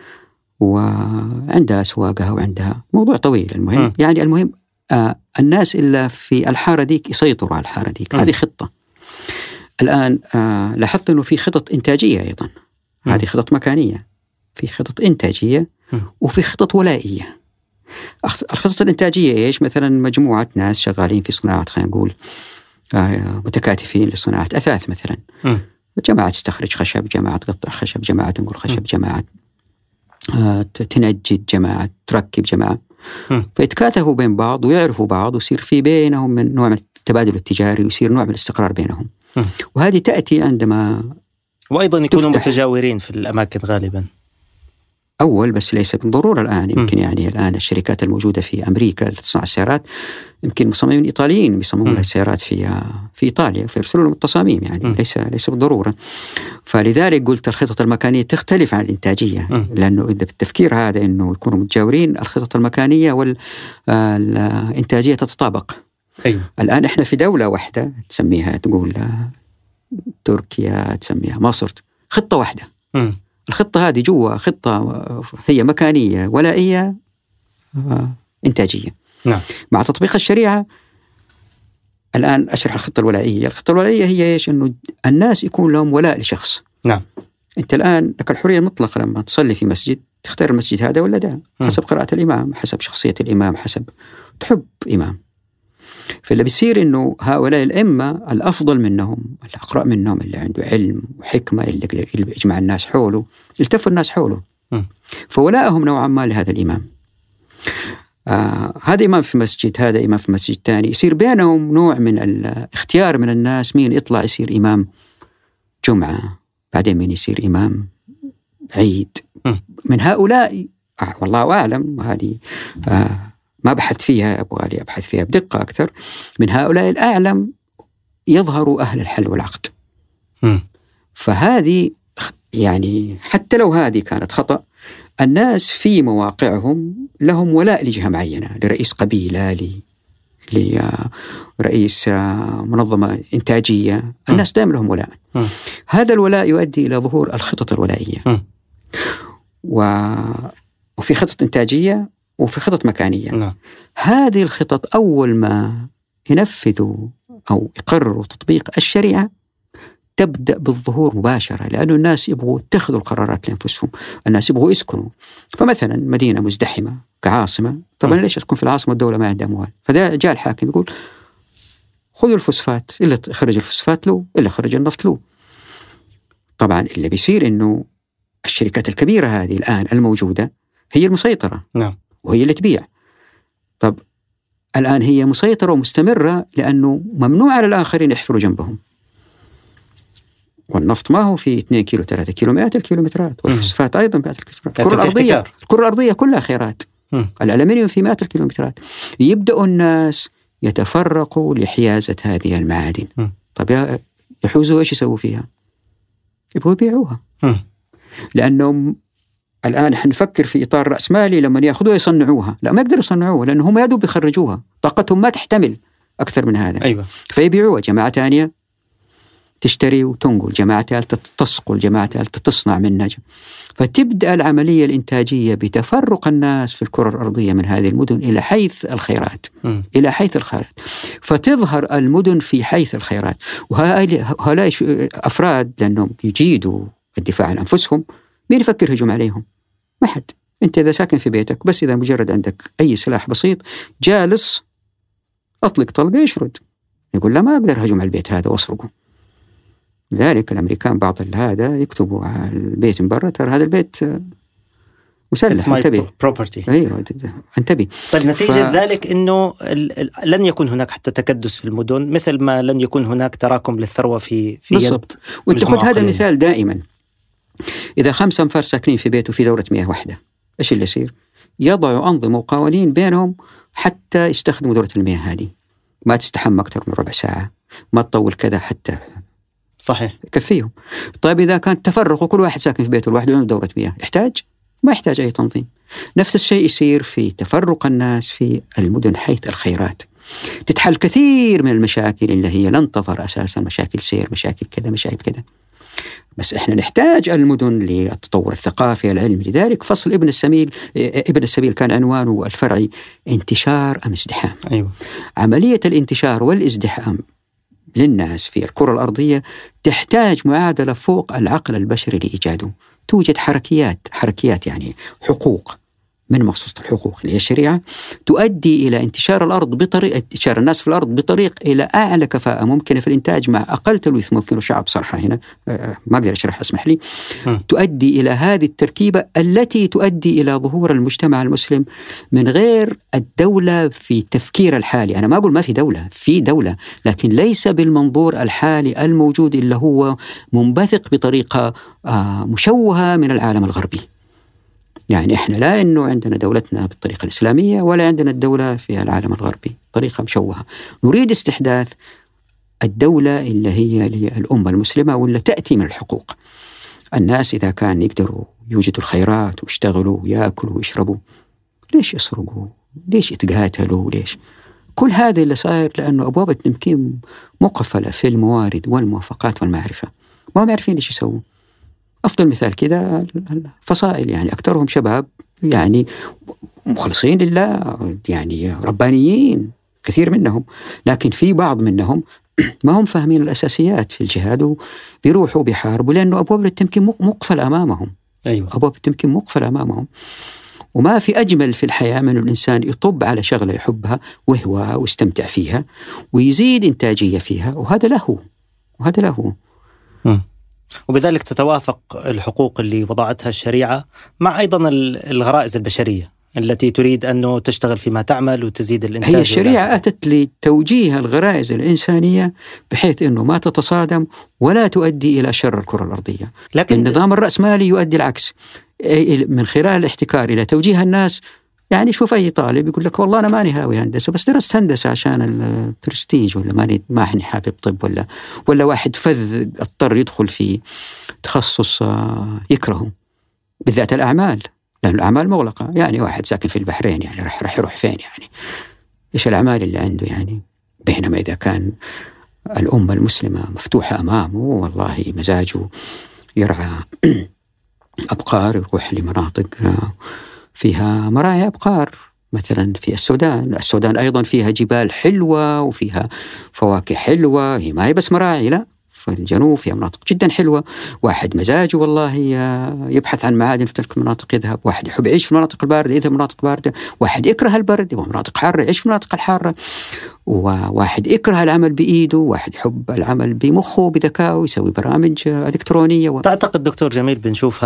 وعندها أسواقها وعندها موضوع طويل. المهم يعني الناس إلا في الحارة ديك يسيطروا على الحارة ديك. هذه خطة. الآن لاحظت أنه في خطط إنتاجية أيضا. هذه خطط مكانية، في خطط إنتاجية وفي خطط ولائية. الخطط الإنتاجية إيش؟ مثلا مجموعة ناس شغالين في صناعة، خلينا نقول متكاتفين لصناعة أثاث مثلا، جماعة تستخرج خشب، جماعة تقطع خشب، جماعة تنقل خشب، جماعة تنجد، جماعة تركب، جماعة، فيتكاتفوا بين بعض ويعرفوا بعض، ويصير في بينهم من نوع من التبادل التجاري، ويصير نوع من الاستقرار بينهم. وهذه تأتي عندما وأيضا يكونوا متجاورين في الأماكن غالبا أول، بس ليس بالضرورة الآن. يمكن يعني الآن الشركات الموجودة في أمريكا اللي تصنع السيارات يمكن مصممين إيطاليين بيصممون لها السيارات في إيطاليا فيرسلوا لهم التصاميم، يعني ليس بالضرورة. فلذلك قلت الخطط المكانية تختلف عن الإنتاجية، لأنه إذا بالتفكير هذا إنه يكونوا متجاورين، الخطط المكانية والإنتاجية تتطابق. أيوة. الآن إحنا في دولة واحدة تسميها، تقول تركيا، تسميها مصر، خطة واحدة. الخطة هذه جوا خطة هي مكانية ولائية إنتاجية. نعم. مع تطبيق الشريعة الآن أشرح الخطة الولائية. الخطة الولائية هي إيش؟ إنه الناس يكون لهم ولاء لشخص. نعم. أنت الآن لك الحرية المطلقة لما تصلي في مسجد تختار المسجد هذا ولا ده، حسب قراءة الإمام، حسب شخصية الإمام، حسب تحب إمام. فاللي بيصير إنه هؤلاء الأئمة الأفضل منهم، الأقرأ منهم، اللي عنده علم وحكمة، اللي يجمع الناس حوله، التفوا الناس حوله، فولاءهم نوعا ما لهذا الإمام. هذا إمام في مسجد، هذا إمام في مسجد تاني، يصير بينهم نوع من الاختيار من الناس، مين يطلع يصير إمام جمعة، بعدين مين يصير إمام عيد. من هؤلاء والله أعلم، هذه ما بحثت فيها، أبغى لي أبحث فيها بدقة أكثر. من هؤلاء الأعلم يظهر أهل الحل والعقد. فهذه يعني حتى لو هذه كانت خطأ، الناس في مواقعهم لهم ولاء لجهة معينة، لرئيس قبيلة، لرئيس منظمة إنتاجية، الناس دائما لهم ولاء. هذا الولاء يؤدي إلى ظهور الخطط الولائية، وفي خطط إنتاجية وفي خطط مكانية. هذه الخطط أول ما ينفذوا أو يقرروا تطبيق الشريعة تبدأ بالظهور مباشرة، لأنه الناس يبغوا يتخذوا القرارات لأنفسهم، الناس يبغوا يسكنوا. فمثلا مدينة مزدحمة كعاصمة، طبعا ليش تكون في العاصمة الدولة ما عندها أموال؟ فده جاء الحاكم يقول خذوا الفوسفات، إلا خرج الفوسفات له إلا خرج النفط له. طبعا اللي بيصير إنه الشركات الكبيرة هذه الآن الموجودة هي المسيطرة. نعم. وهي اللي تبيع. طب الآن هي مسيطرة ومستمرة، لأنه ممنوع على الآخرين يحفروا جنبهم. والنفط ما هو في 2 كيلو 3 كيلو، مئات الكيلومترات، والفوسفات أيضا مئات الكيلومترات. الكرة الأرضية كلها خيرات. الألمنيوم في مئات الكيلومترات. يبدأ الناس يتفرقوا لحيازة هذه المعادن. طب يحوزوا إيش يسووا فيها؟ يبغوا يبيعوها. لأنهم الآن حنفكر في إطار رأسمالي، لما يأخذوها يصنعوها، لا ما يقدروا يصنعوها لأنه هم يدوا بيخرجوها، طاقتهم ما تحتمل أكثر من هذا. أيوة. فيبيعوها، جماعة تانية تشتري وتنقل، جماعة ثالثة تصقل، جماعة ثالثة تصنع منها. فتبدأ العملية الإنتاجية بتفرق الناس في الكرة الأرضية من هذه المدن إلى حيث الخيرات. إلى حيث الخيرات، فتظهر المدن في حيث الخيرات. وهؤلاء أفراد لأنهم يجيدوا الدفاع عن أنفسهم، مين يفكر هجوم عليهم؟ ما حد. أنت إذا ساكن في بيتك، بس إذا مجرد عندك أي سلاح بسيط جالس، أطلق طلقة يشرد، يقول لا ما أقدر هجوم على البيت هذا وأسرقه. لذلك الأمريكان بعض هذا يكتبوا على البيت من برا ترى هذا البيت مسلح، انتبه. أيوة انتبه. طيب نتيجة ذلك أنه لن يكون هناك حتى تكدس في المدن، مثل ما لن يكون هناك تراكم للثروة في بالضبط. وانت خذ هذا المثال دائما، إذا 5 أنفار ساكنين في بيت وفي دورة مياه واحدة، إيش اللي يصير؟ يضعوا أنظمة وقوانين بينهم حتى يستخدموا دورة المياه هذه، ما تستحمى أكثر من ربع ساعة، ما تطول كذا حتى صحيح يكفيهم. طيب إذا كان تفرق وكل واحد ساكن في بيته الواحد عنده دورة مياه، ما يحتاج أي تنظيم. نفس الشيء يصير في تفرق الناس في المدن حيث الخيرات. تتحل كثير من المشاكل اللي هي لن تظهر أساسا، مشاكل سير، مشاكل كذا، مشاكل كذا. بس إحنا نحتاج المدن للتطور الثقافي العلمي. لذلك فصل ابن السبيل كان عنوانه الفرعي انتشار أم ازدحام. أيوة. عملية الانتشار والازدحام للناس في الكرة الأرضية تحتاج معادلة فوق العقل البشري لإيجاده. توجد حركيات يعني حقوق من مخصوصة الحقوق اللي هي الشريعة تؤدي إلى انتشار انتشار الناس في الأرض بطريق إلى أعلى كفاءة ممكنة في الإنتاج مع أقل تلويث ممكن. وشعب بصراحة هنا ما أقدر أشرح، اسمح لي. تؤدي إلى هذه التركيبة التي تؤدي إلى ظهور المجتمع المسلم من غير الدولة في التفكير الحالي. أنا ما أقول ما في دولة، في دولة، لكن ليس بالمنظور الحالي الموجود اللي هو منبثق بطريقة مشوهة من العالم الغربي. يعني إحنا لا إنه عندنا دولتنا بالطريقة الإسلامية ولا عندنا الدولة في العالم الغربي، طريقة مشوهة. نريد استحداث الدولة اللي هي الأمة المسلمة واللي تأتي من الحقوق. الناس إذا كان يقدروا يوجدوا الخيرات ويشتغلوا ويأكلوا ويشربوا، ليش يسرقوا؟ ليش يتقاتلوا؟ ليش؟ كل هذا اللي صاير لأنه أبواب التمكين مقفلة في الموارد والموافقات والمعرفة، ما هم عارفين إيش يسووا. أفضل مثال كذا الفصائل، يعني أكثرهم شباب يعني مخلصين لله، يعني ربانيين كثير منهم، لكن في بعض منهم ما هم فاهمين الأساسيات في الجهاد وبيروحوا بيحاربوا لأنه أبواب التمكين مقفل أمامهم. أيوة. أبواب التمكين مقفل أمامهم. وما في أجمل في الحياة من الإنسان يطب على شغلة يحبها ويهواها ويستمتع فيها ويزيد إنتاجية فيها، وهذا له. وبذلك تتوافق الحقوق اللي وضعتها الشريعة مع أيضا الغرائز البشرية التي تريد أنه تشتغل فيما تعمل وتزيد الإنتاج. هي الشريعة أتت لتوجيه الغرائز الإنسانية بحيث أنه ما تتصادم ولا تؤدي إلى شر الكرة الأرضية. لكن النظام الرأسمالي يؤدي العكس، من خلال الاحتكار إلى توجيه الناس. يعني شوف أي طالب يقول لك والله أنا ماني هاوي هندسة، بس درست هندسة عشان البرستيج، ولا ما حني حابب طب، ولا واحد فذ اضطر يدخل في تخصص يكرهه، بالذات الأعمال، لأن الأعمال مغلقة. يعني واحد ساكن في البحرين يعني راح يروح فين؟ يعني إيش الأعمال اللي عنده يعني؟ بينما إذا كان الأمة المسلمة مفتوحة أمامه والله مزاجه يرعى أبقار، يروح لمناطق فيها مراعي أبقار، مثلا في السودان أيضا فيها جبال حلوة وفيها فواكه حلوة، هي ما هي بس مراعي، لا، في الجنوب فيها مناطق جدا حلوة. واحد مزاجه والله يبحث عن معادن في تلك المناطق يذهب، واحد يحب يعيش في المناطق الباردة يذهب مناطق باردة، واحد يكره البرد يبغى مناطق حارة يعيش في المناطق الحارة، وواحد يكره العمل بإيده، واحد يحب العمل بمخه بذكائه يسوي برامج إلكترونية. تعتقد دكتور جميل بنشوف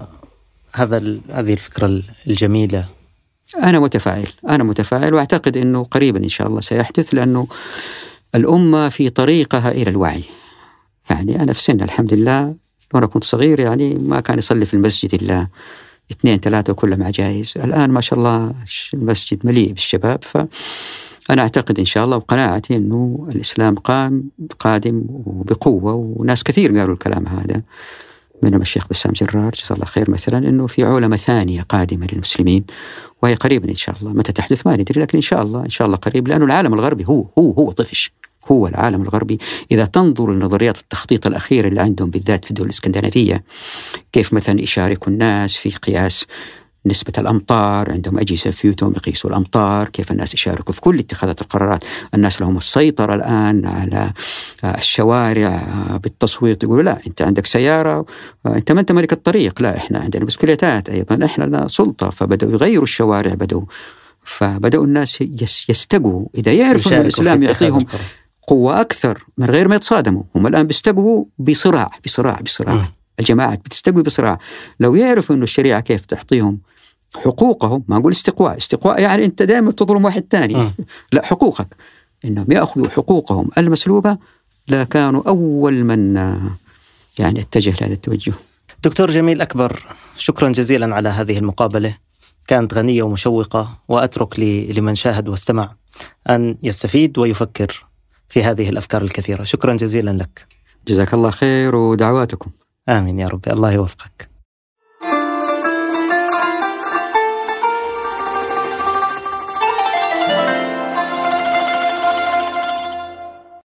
هذه الفكرة الجميلة؟ أنا متفائل وأعتقد أنه قريبا إن شاء الله سيحدث، لأنه الأمة في طريقها إلى الوعي. يعني أنا في سن الحمد لله، وأنا كنت صغير يعني ما كان يصلي في المسجد إلا 2-3 وكلها مع جايز. الآن ما شاء الله المسجد مليء بالشباب. فأنا أعتقد إن شاء الله وقناعتي أنه الإسلام قادم وبقوة، وناس كثير قالوا الكلام هذا، منهم الشيخ بسام جرار جزاه الله خير مثلا، أنه في عولمة ثانية قادمة للمسلمين، وهي قريبا إن شاء الله. متى تحدث ما ندري، لكن إن شاء الله قريب، لأنه العالم الغربي هو طفش. هو العالم الغربي إذا تنظر لنظريات التخطيط الأخيرة اللي عندهم بالذات في الدول الإسكندنافية، كيف مثلا يشاركوا الناس في قياس نسبة الأمطار، عندهم أجهزة في بيوتهم يقيسوا الأمطار، كيف الناس يشاركوا في كل اتخاذات القرارات. الناس لهم السيطرة الآن على الشوارع بالتصويت، يقولوا لا أنت عندك سيارة أنت ما أنت ملك الطريق، لا إحنا عندنا بسكليتات أيضا، إحنا لنا سلطة. فبدأوا يغيروا الشوارع، فبدأوا الناس يستقوا إذا يعرفوا أن الإسلام يعطيهم قوة أكثر من غير ما يتصادموا. هم الآن بيستقوا بصراع. الجماعات بتستقوي بصراع. لو يعرفوا أن الشريعة كيف تعطيهم حقوقهم، ما أقول استقواء يعني أنت دائما تظلم واحد تاني لا، حقوقك، إنهم يأخذوا حقوقهم المسلوبة، لا كانوا أول من يعني اتجه لهذا التوجه. دكتور جميل أكبر، شكرا جزيلا على هذه المقابلة، كانت غنية ومشوقة، وأترك لمن شاهد واستمع أن يستفيد ويفكر في هذه الأفكار الكثيرة. شكرا جزيلا لك. جزاك الله خير ودعواتكم. آمين يا رب، الله يوفقك.